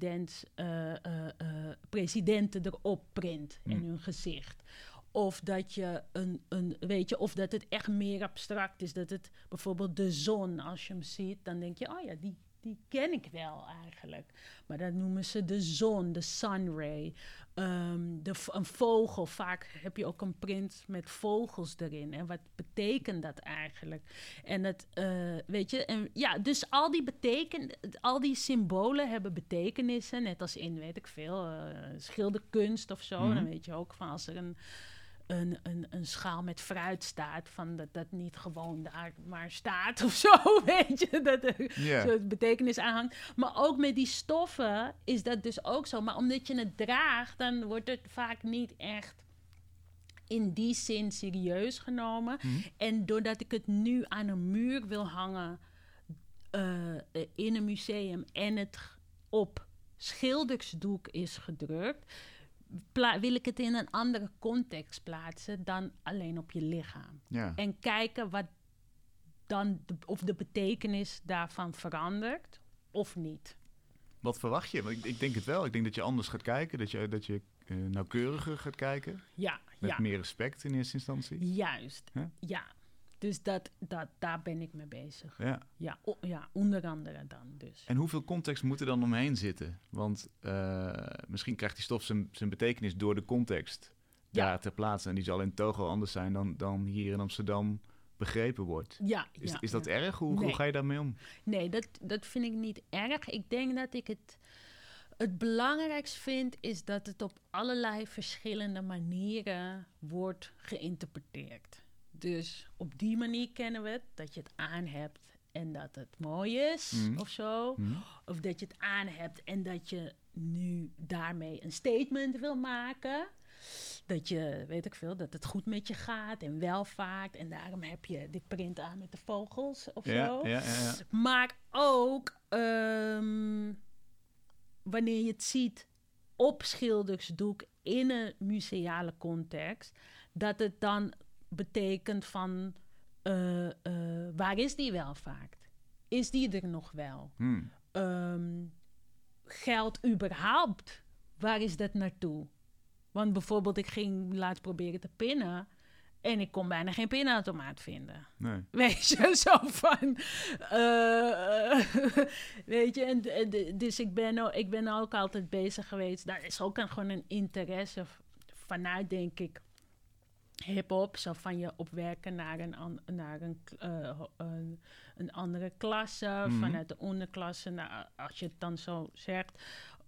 presidenten erop print in hun gezicht. Of dat je of dat het echt meer abstract is. Dat het bijvoorbeeld de zon, als je hem ziet, dan denk je, die ken ik wel eigenlijk. Maar dat noemen ze de zon, de sunray. Een vogel, vaak heb je ook een print met vogels erin. En wat betekent dat eigenlijk? En dat, weet je, en ja, dus al die symbolen hebben betekenissen. Net als in, weet ik veel, schilderkunst of zo. Dan weet je ook van als er een schaal met fruit staat, van dat niet gewoon daar maar staat of zo, weet je, dat er zo'n betekenis aan hangt. Maar ook met die stoffen is dat dus ook zo. Maar omdat je het draagt, dan wordt het vaak niet echt in die zin serieus genomen. En doordat ik het nu aan een muur wil hangen in een museum en het op schildersdoek is gedrukt, wil ik het in een andere context plaatsen dan alleen op je lichaam. Ja. En kijken wat dan of de betekenis daarvan verandert of niet. Wat verwacht je? Want ik denk het wel. Ik denk dat je anders gaat kijken, dat je nauwkeuriger gaat kijken. Ja, met meer respect in eerste instantie. Juist, ja. Dus daar ben ik mee bezig. Ja. Ja, onder andere dan dus. En hoeveel context moet er dan omheen zitten? Want misschien krijgt die stof zijn betekenis door de context daar ter plaatse. En die zal in Togo anders zijn dan hier in Amsterdam begrepen wordt. Ja, is dat erg? Hoe ga je daarmee om? Nee, dat vind ik niet erg. Ik denk dat ik het belangrijkst vind is dat het op allerlei verschillende manieren wordt geïnterpreteerd. Dus op die manier kennen we het, dat je het aan hebt en dat het mooi is of zo. Of dat je het aan hebt en dat je nu daarmee een statement wil maken. Dat je, weet ik veel, dat het goed met je gaat en welvaart. En daarom heb je dit print aan met de vogels of zo. Ja. Maar ook wanneer je het ziet op schildersdoek in een museale context, dat het dan betekent van waar is die welvaart? Is die er nog wel? Geld überhaupt? Waar is dat naartoe? Want bijvoorbeeld ik ging laatst proberen te pinnen en ik kon bijna geen pinautomaat vinden. Nee. Weet je, zo van weet je, en dus ik ben ook altijd bezig geweest. Daar is ook gewoon een interesse vanuit, denk ik, hip-hop, zo van je opwerken naar een andere klasse, vanuit de onderklasse, als je het dan zo zegt.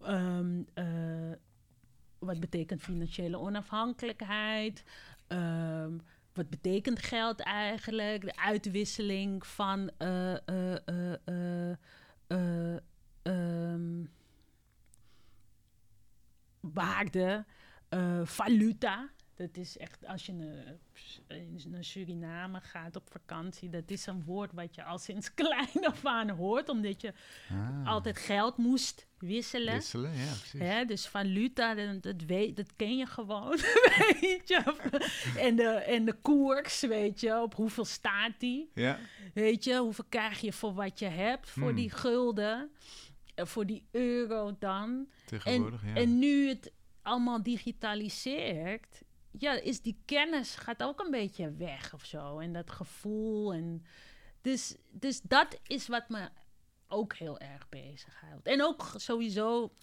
Wat betekent financiële onafhankelijkheid? Wat betekent geld eigenlijk? De uitwisseling van waarde, valuta. Dat is echt, als je naar Suriname gaat op vakantie, dat is een woord wat je al sinds klein af aan hoort, omdat je altijd geld moest wisselen. Wisselen, ja, precies. Hè? Dus valuta, dat ken je gewoon, weet je. En de koers, weet je, op hoeveel staat die. Ja. Weet je, hoeveel krijg je voor wat je hebt, voor die gulden, voor die euro dan. Tegenwoordig, ja. En nu het allemaal digitaliseert, ja, is die kennis gaat ook een beetje weg of zo. En dat gevoel. Dus dat is wat me ook heel erg bezighoudt. En ook sowieso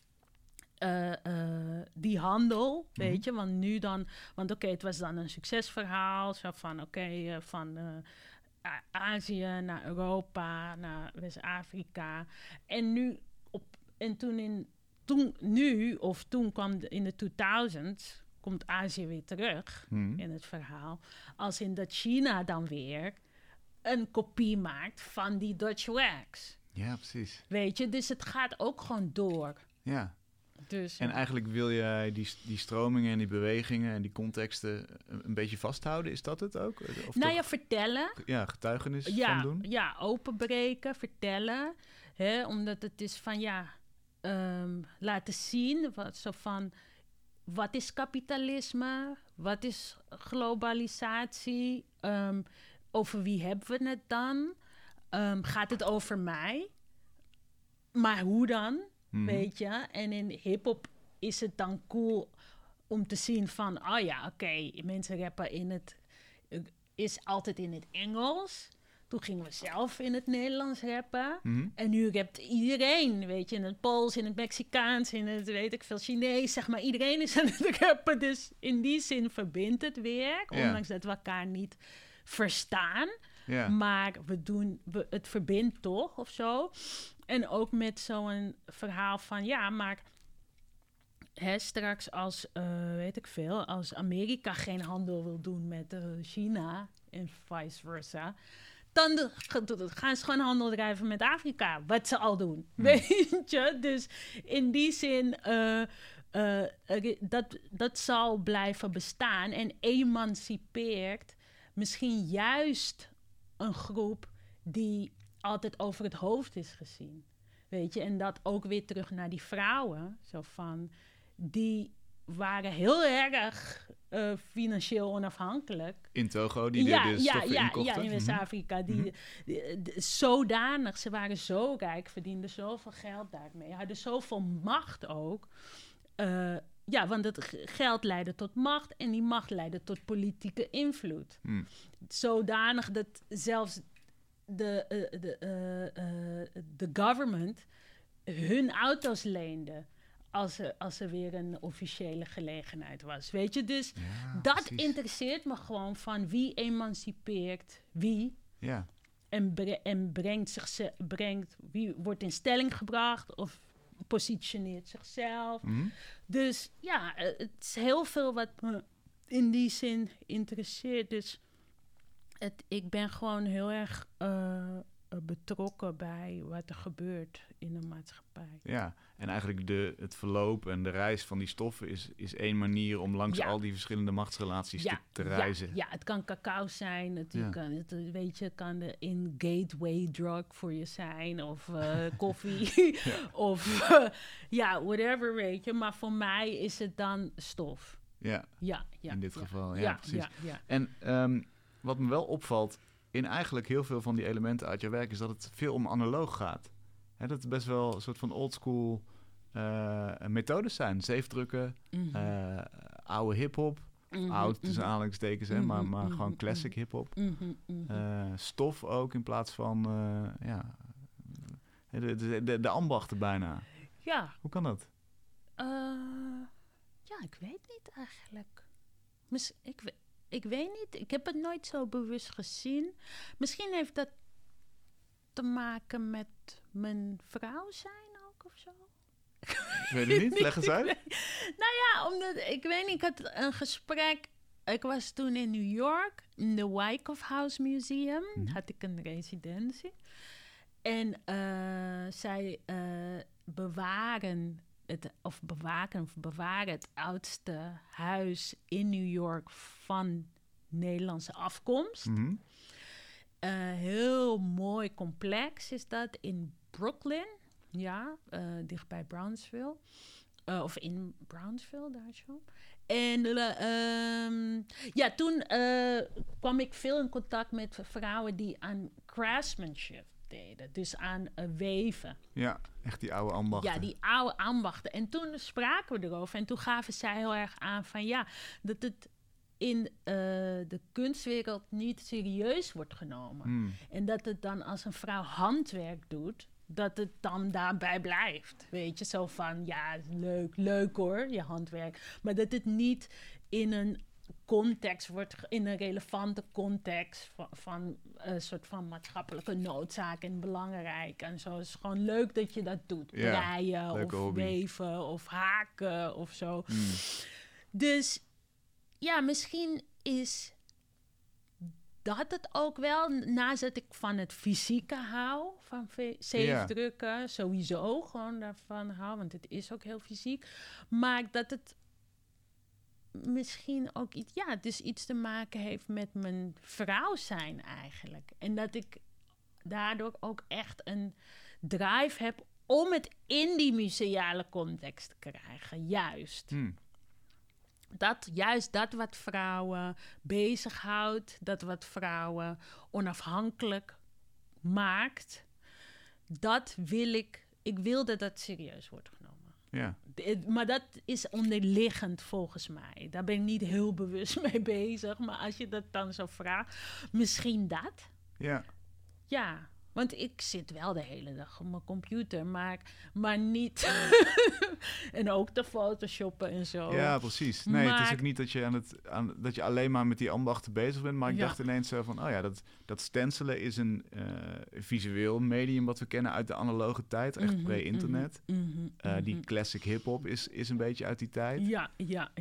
die handel, weet je. Want nu dan... Want oké, het was dan een succesverhaal. Zo van, van Azië naar Europa, naar West-Afrika. En nu... Toen kwam in de 2000's, komt Azië weer terug in het verhaal. Als in dat China dan weer een kopie maakt van die Dutch wax. Ja, precies. Weet je, dus het gaat ook gewoon door. Ja. Dus, en eigenlijk wil jij die stromingen en die bewegingen en die contexten een beetje vasthouden. Is dat het ook? Of ja, vertellen. Ja, getuigenis van doen. Ja, openbreken, vertellen. Hè, omdat het is van, laten zien, wat is kapitalisme? Wat is globalisatie? Over wie hebben we het dan? Gaat het over mij? Maar hoe dan? Weet je? En in hip-hop is het dan cool om te zien van... mensen rappen is altijd in het Engels. Toen gingen we zelf in het Nederlands rappen. En nu rapt iedereen, weet je, in het Pools, in het Mexicaans, in het, weet ik veel, Chinees, zeg maar. Iedereen is aan het rappen, dus in die zin verbindt het weer. Ondanks dat we elkaar niet verstaan. Ja. Maar het verbindt toch, of zo. En ook met zo'n verhaal van, maar... straks als, als Amerika geen handel wil doen met China en vice versa... dan gaan ze gewoon handel drijven met Afrika. Wat ze al doen. Weet je? Dus in die zin... dat zal blijven bestaan. En emancipeert misschien juist een groep... die altijd over het hoofd is gezien. Weet je? En dat ook weer terug naar die vrouwen. Zo van... die waren heel erg... financieel onafhankelijk. In Togo, die de stoffen inkochten? Ja, in West-Afrika. Zodanig, ze waren zo rijk, verdienden zoveel geld daarmee. Hadden zoveel macht ook. Want het geld leidde tot macht... en die macht leidde tot politieke invloed. Zodanig dat zelfs de government hun auto's leende... Als er weer een officiële gelegenheid was. Weet je, dus dat precies. Interesseert me gewoon van wie emancipeert wie. Ja. En brengt wie wordt in stelling gebracht of positioneert zichzelf. Dus het is heel veel wat me in die zin interesseert. Dus ik ben gewoon heel erg betrokken bij wat er gebeurt in de maatschappij. Ja, en eigenlijk het verloop en de reis van die stoffen is één manier om langs al die verschillende machtsrelaties te reizen. Ja, het kan cacao zijn, kan de in-gateway drug voor je zijn, of koffie, of whatever, weet je. Maar voor mij is het dan stof. Ja, in dit geval, precies. Ja. En wat me wel opvalt in eigenlijk heel veel van die elementen uit jouw werk... is dat het veel om analoog gaat. Dat het best wel een soort van oldschool methodes zijn. Zeefdrukken, oude hiphop. Oud tussen aanhalingstekens, maar gewoon classic hiphop. Stof ook in plaats van de ambachten bijna. Ja. Hoe kan dat? Ik weet niet eigenlijk. Ik weet niet. Ik heb het nooit zo bewust gezien. Misschien heeft dat te maken met mijn vrouw zijn ook of zo. Weet je niet? Leg eens uit. Omdat ik weet niet. Ik had een gesprek. Ik was toen in New York in de Wyckoff House Museum. Had ik een residentie. En zij bewaren het oudste huis in New York van Nederlandse afkomst. Mhm. Heel mooi complex is dat in Brooklyn. Ja, dichtbij Brownsville. Of in Brownsville, daar zo. En toen kwam ik veel in contact met vrouwen die aan craftsmanship deden. Dus aan weven. Ja, echt die oude ambachten. Ja, die oude ambachten. En toen spraken we erover. En toen gaven zij heel erg aan van dat het in de kunstwereld niet serieus wordt genomen. En dat het dan als een vrouw handwerk doet, dat het dan daarbij blijft. Weet je, zo van, ja, leuk hoor, je handwerk. Maar dat het niet in een context wordt, in een relevante context van een soort van maatschappelijke noodzaak en belangrijk. En zo. Het is gewoon leuk dat je dat doet. Ja, Breien of hobby. weven of haken of zo. Dus ja, misschien is dat het ook wel, naast dat ik van het fysieke hou, van zeefdrukken, sowieso gewoon daarvan hou, want het is ook heel fysiek. Maar dat het misschien ook iets te maken heeft met mijn vrouw zijn eigenlijk. En dat ik daardoor ook echt een drive heb om het in die museale context te krijgen, juist. Dat wat vrouwen bezighoudt, dat wat vrouwen onafhankelijk maakt, dat wil ik wil dat dat serieus wordt genomen. Ja. Maar dat is onderliggend volgens mij. Daar ben ik niet heel bewust mee bezig, maar als je dat dan zo vraagt, misschien dat. Ja. Ja. Want ik zit wel de hele dag op mijn computer, maar niet... en ook te photoshoppen en zo. Ja, precies. Nee, het is ook niet dat je, dat je alleen maar met die ambachten bezig bent. Maar ik dacht ineens zo van, dat stencillen is een visueel medium wat we kennen uit de analoge tijd. Echt pre-internet. Die classic hip-hop is een beetje uit die tijd. Ja.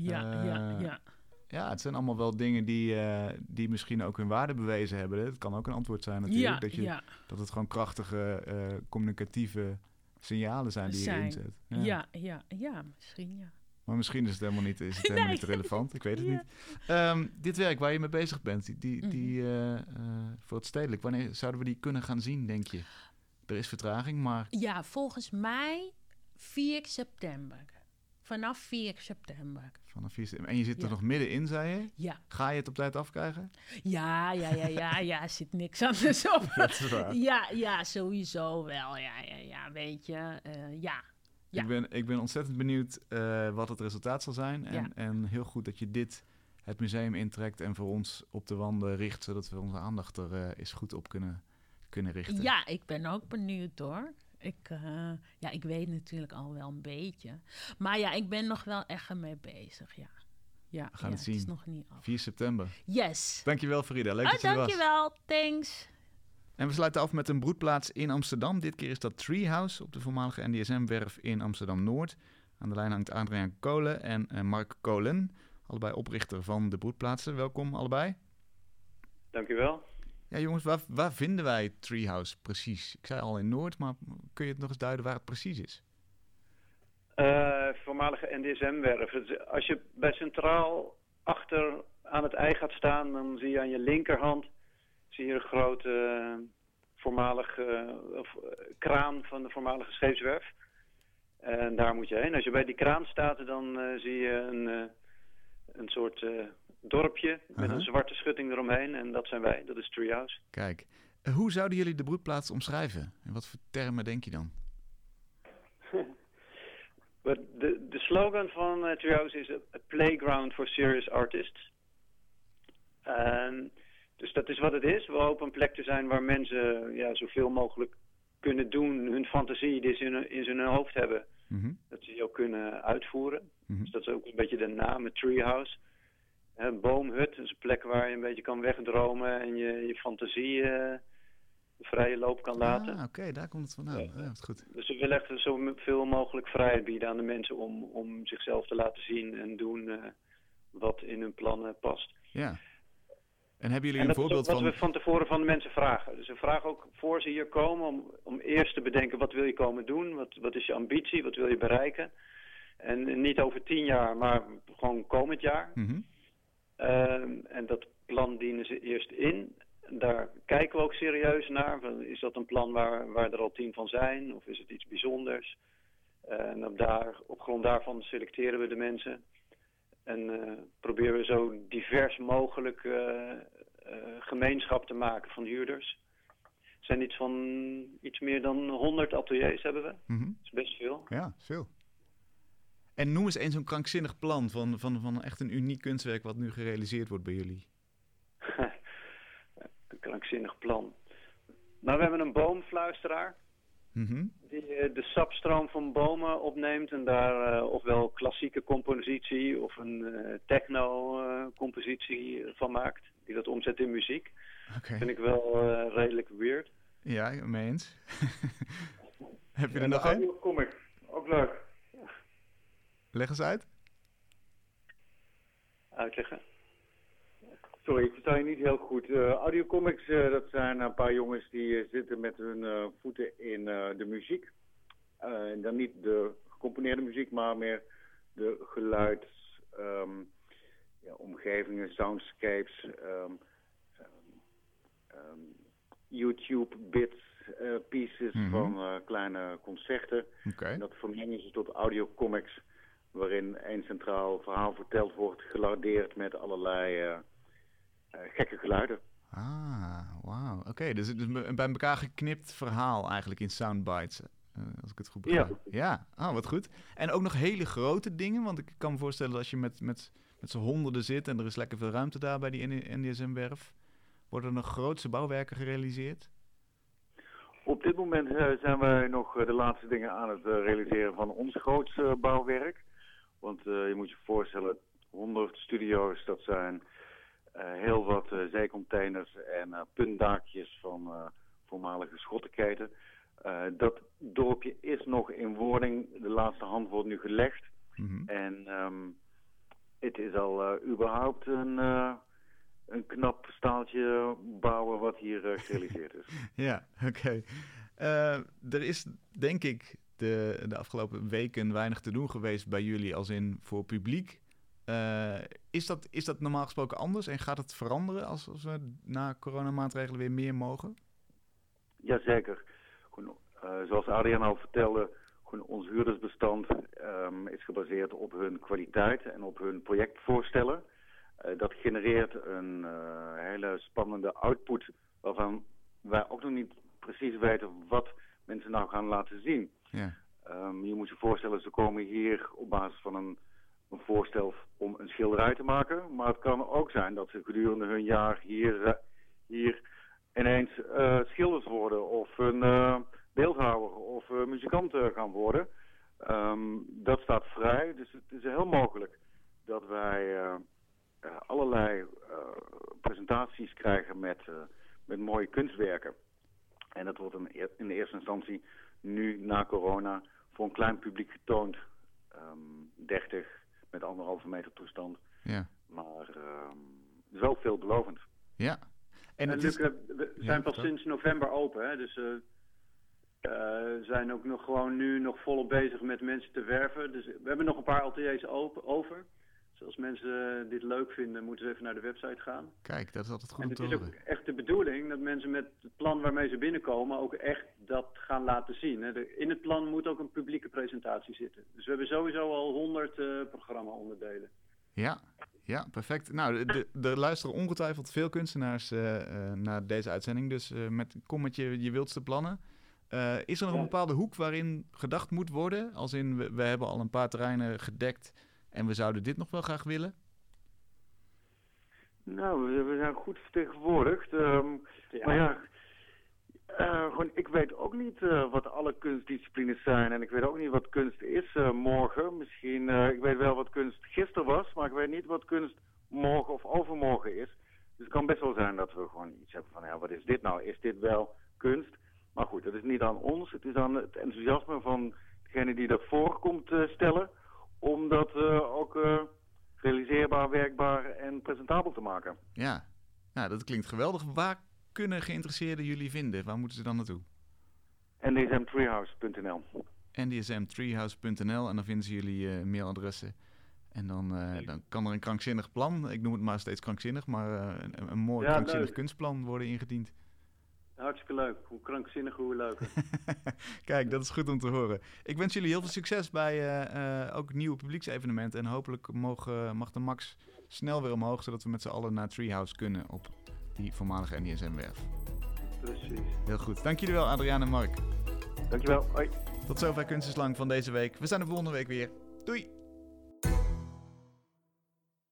Ja, het zijn allemaal wel dingen die misschien ook hun waarde bewezen hebben. Het kan ook een antwoord zijn natuurlijk. Dat het gewoon krachtige, communicatieve signalen zijn die je inzet. Ja, misschien ja. Maar misschien is het helemaal niet relevant. Ik weet het niet. Dit werk waar je mee bezig bent, die voor het stedelijk, wanneer zouden we die kunnen gaan zien, denk je? Er is vertraging, maar... Ja, volgens mij 4 september. Vanaf 4 september. En je zit er nog middenin, zei je? Ja. Ga je het op tijd afkrijgen? Ja, zit niks anders op. Dat is waar. Ja, sowieso wel. Ja, weet je, ja. Ik ben ontzettend benieuwd wat het resultaat zal zijn. En heel goed dat je het museum intrekt en voor ons op de wanden richt, zodat we onze aandacht er eens goed op kunnen richten. Ja, ik ben ook benieuwd hoor. Ik weet natuurlijk al wel een beetje. Maar ja, ik ben nog wel echt ermee bezig, ja. We gaan het zien. Het is nog niet af. 4 september. Yes. Dankjewel, Farida. Leuk dat je er was. Dankjewel. Thanks. En we sluiten af met een broedplaats in Amsterdam. Dit keer is dat Treehouse op de voormalige NDSM-werf in Amsterdam-Noord. Aan de lijn hangt Adriaan Kolen en Mark Kolen. Allebei oprichter van de broedplaatsen. Welkom allebei. Dankjewel. Ja jongens, waar vinden wij Treehouse precies? Ik zei al in Noord, maar kun je het nog eens duiden waar het precies is? Voormalige NDSM-werf. Als je bij Centraal achter aan het ei gaat staan, dan zie je aan je linkerhand een grote kraan van de voormalige scheepswerf. En daar moet je heen. Als je bij die kraan staat, dan zie je een soort dorpje met een zwarte schutting eromheen. En dat zijn wij. Dat is Treehouse. Kijk, hoe zouden jullie de broedplaats omschrijven? En wat voor termen denk je dan? De slogan van Treehouse is a playground for serious artists. Dus dat is wat het is. We hopen een plek te zijn waar mensen zoveel mogelijk kunnen doen. Hun fantasie die ze in hun hoofd hebben. Dat ze die ook kunnen uitvoeren. Dus dat is ook een beetje de naam, Treehouse. Een boomhut, dus een plek waar je een beetje kan wegdromen en je fantasie de vrije loop kan laten. Oké, daar komt het vandaan. Ja, dat is goed. Dus we willen echt zoveel mogelijk vrijheid bieden aan de mensen om zichzelf te laten zien en doen wat in hun plannen past. Ja. En hebben jullie En een dat voorbeeld is ook van... wat we van tevoren van de mensen vragen. Dus we vragen ook voor ze hier komen om eerst te bedenken wat wil je komen doen, wat is je ambitie, wat wil je bereiken. En niet over 10 jaar, maar gewoon komend jaar. Mm-hmm. En dat plan dienen ze eerst in. Daar kijken we ook serieus naar. Is dat een plan waar er al 10 van zijn? Of is het iets bijzonders? En op grond daarvan selecteren we de mensen. En proberen we zo divers mogelijk gemeenschap te maken van huurders. Er zijn iets meer dan 100 ateliers hebben we. Mm-hmm. Dat is best veel. Ja, veel. En noem eens zo'n krankzinnig plan van echt een uniek kunstwerk wat nu gerealiseerd wordt bij jullie. Een krankzinnig plan. Nou, we hebben een boomfluisteraar. Mm-hmm. Die de sapstroom van bomen opneemt en daar ofwel klassieke compositie of een techno-compositie van maakt. Die dat omzet in muziek. Okay. Vind ik wel redelijk weird. Ja, mee eens. Heb je er en nog een? een? Audiocomic, ook leuk. Leg eens uit. Uitleggen? Sorry, ik versta je niet heel goed. Audiocomics, dat zijn een paar jongens die zitten met hun voeten in de muziek. En dan niet de gecomponeerde muziek, maar meer de omgevingen, soundscapes, YouTube-bits, pieces van kleine concerten. Okay. En dat vermengen ze tot audiocomics, waarin een centraal verhaal verteld wordt, gelardeerd met allerlei gekke geluiden. Ah, wauw. Oké, dus het is een bij elkaar geknipt verhaal eigenlijk in soundbites. Als ik het goed begrijp. Ja. Wat goed. En ook nog hele grote dingen, want ik kan me voorstellen dat als je met z'n honderden zit en er is lekker veel ruimte daar bij die NDSM-werf, worden er nog grootse bouwwerken gerealiseerd? Op dit moment zijn wij nog de laatste dingen aan het realiseren van ons grootste bouwwerk. Want je moet je voorstellen, 100 studio's, dat zijn heel wat zeecontainers en puntdaakjes van voormalige schottenketen. Dat dorpje is nog in wording. De laatste hand wordt nu gelegd. Mm-hmm. En het is al überhaupt een knap staaltje bouwen wat hier gerealiseerd is. Ja, oké. Er is, denk ik, de afgelopen weken weinig te doen geweest bij jullie als in voor publiek. Is dat normaal gesproken anders en gaat het veranderen als we na coronamaatregelen weer meer mogen? Jazeker. Zoals Adriaan al vertelde, ons huurdersbestand is gebaseerd op hun kwaliteit en op hun projectvoorstellen. Dat genereert een hele spannende output waarvan wij ook nog niet precies weten wat mensen nou gaan laten zien. Ja. Je moet je voorstellen, ze komen hier op basis van een voorstel om een schilderij te maken. Maar het kan ook zijn dat ze gedurende hun jaar hier ineens schilders worden of een beeldhouwer of muzikant gaan worden. Dat staat vrij, dus het is heel mogelijk dat wij allerlei presentaties krijgen met mooie kunstwerken. En dat wordt in de eerste instantie nu na corona voor een klein publiek getoond. 30 met 1,5 meter toestand. Ja. Maar het is wel veelbelovend. Ja. En Luc, we zijn pas sinds november open, hè? Dus we zijn ook nog gewoon nu nog volop bezig met mensen te werven. Dus we hebben nog een paar ateliers over. Dus als mensen dit leuk vinden, moeten ze even naar de website gaan. Kijk, dat is altijd goed en om te het horen. is ook echt de bedoeling dat mensen met het plan waarmee ze binnenkomen ook echt dat gaan laten zien. Hè. In het plan moet ook een publieke presentatie zitten. Dus we hebben sowieso al 100 programma-onderdelen. Ja, perfect. Nou, er luisteren ongetwijfeld veel kunstenaars naar deze uitzending. Dus kom met je wildste plannen. Is er nog een bepaalde hoek waarin gedacht moet worden? Als in, we hebben al een paar terreinen gedekt en we zouden dit nog wel graag willen? Nou, we zijn goed vertegenwoordigd. Maar ja, ik weet ook niet wat alle kunstdisciplines zijn. En ik weet ook niet wat kunst is morgen. Misschien, ik weet wel wat kunst gisteren was, maar ik weet niet wat kunst morgen of overmorgen is. Dus het kan best wel zijn dat we gewoon iets hebben van, ja, wat is dit nou? Is dit wel kunst? Maar goed, dat is niet aan ons. Het is aan het enthousiasme van degene die dat voor komt stellen. Om dat ook realiseerbaar, werkbaar en presentabel te maken. Ja, Nou, dat klinkt geweldig. Waar kunnen geïnteresseerden jullie vinden? Waar moeten ze dan naartoe? ndsmtreehouse.nl ndsmtreehouse.nl en dan vinden ze jullie mailadressen. En dan kan er een krankzinnig plan, ik noem het maar steeds krankzinnig, maar een mooi krankzinnig leuk. kunstplan worden ingediend. Hartstikke leuk. Hoe krankzinnig, hoe leuker. Kijk, dat is goed om te horen. Ik wens jullie heel veel succes bij ook nieuwe publieksevenementen. En hopelijk mag de max snel weer omhoog, zodat we met z'n allen naar Treehouse kunnen op die voormalige NDSM-werf. Precies. Heel goed. Dank jullie wel, Adriaan en Mark. Dankjewel. Hoi. Tot zover Kunst is Lang van deze week. We zijn er volgende week weer. Doei!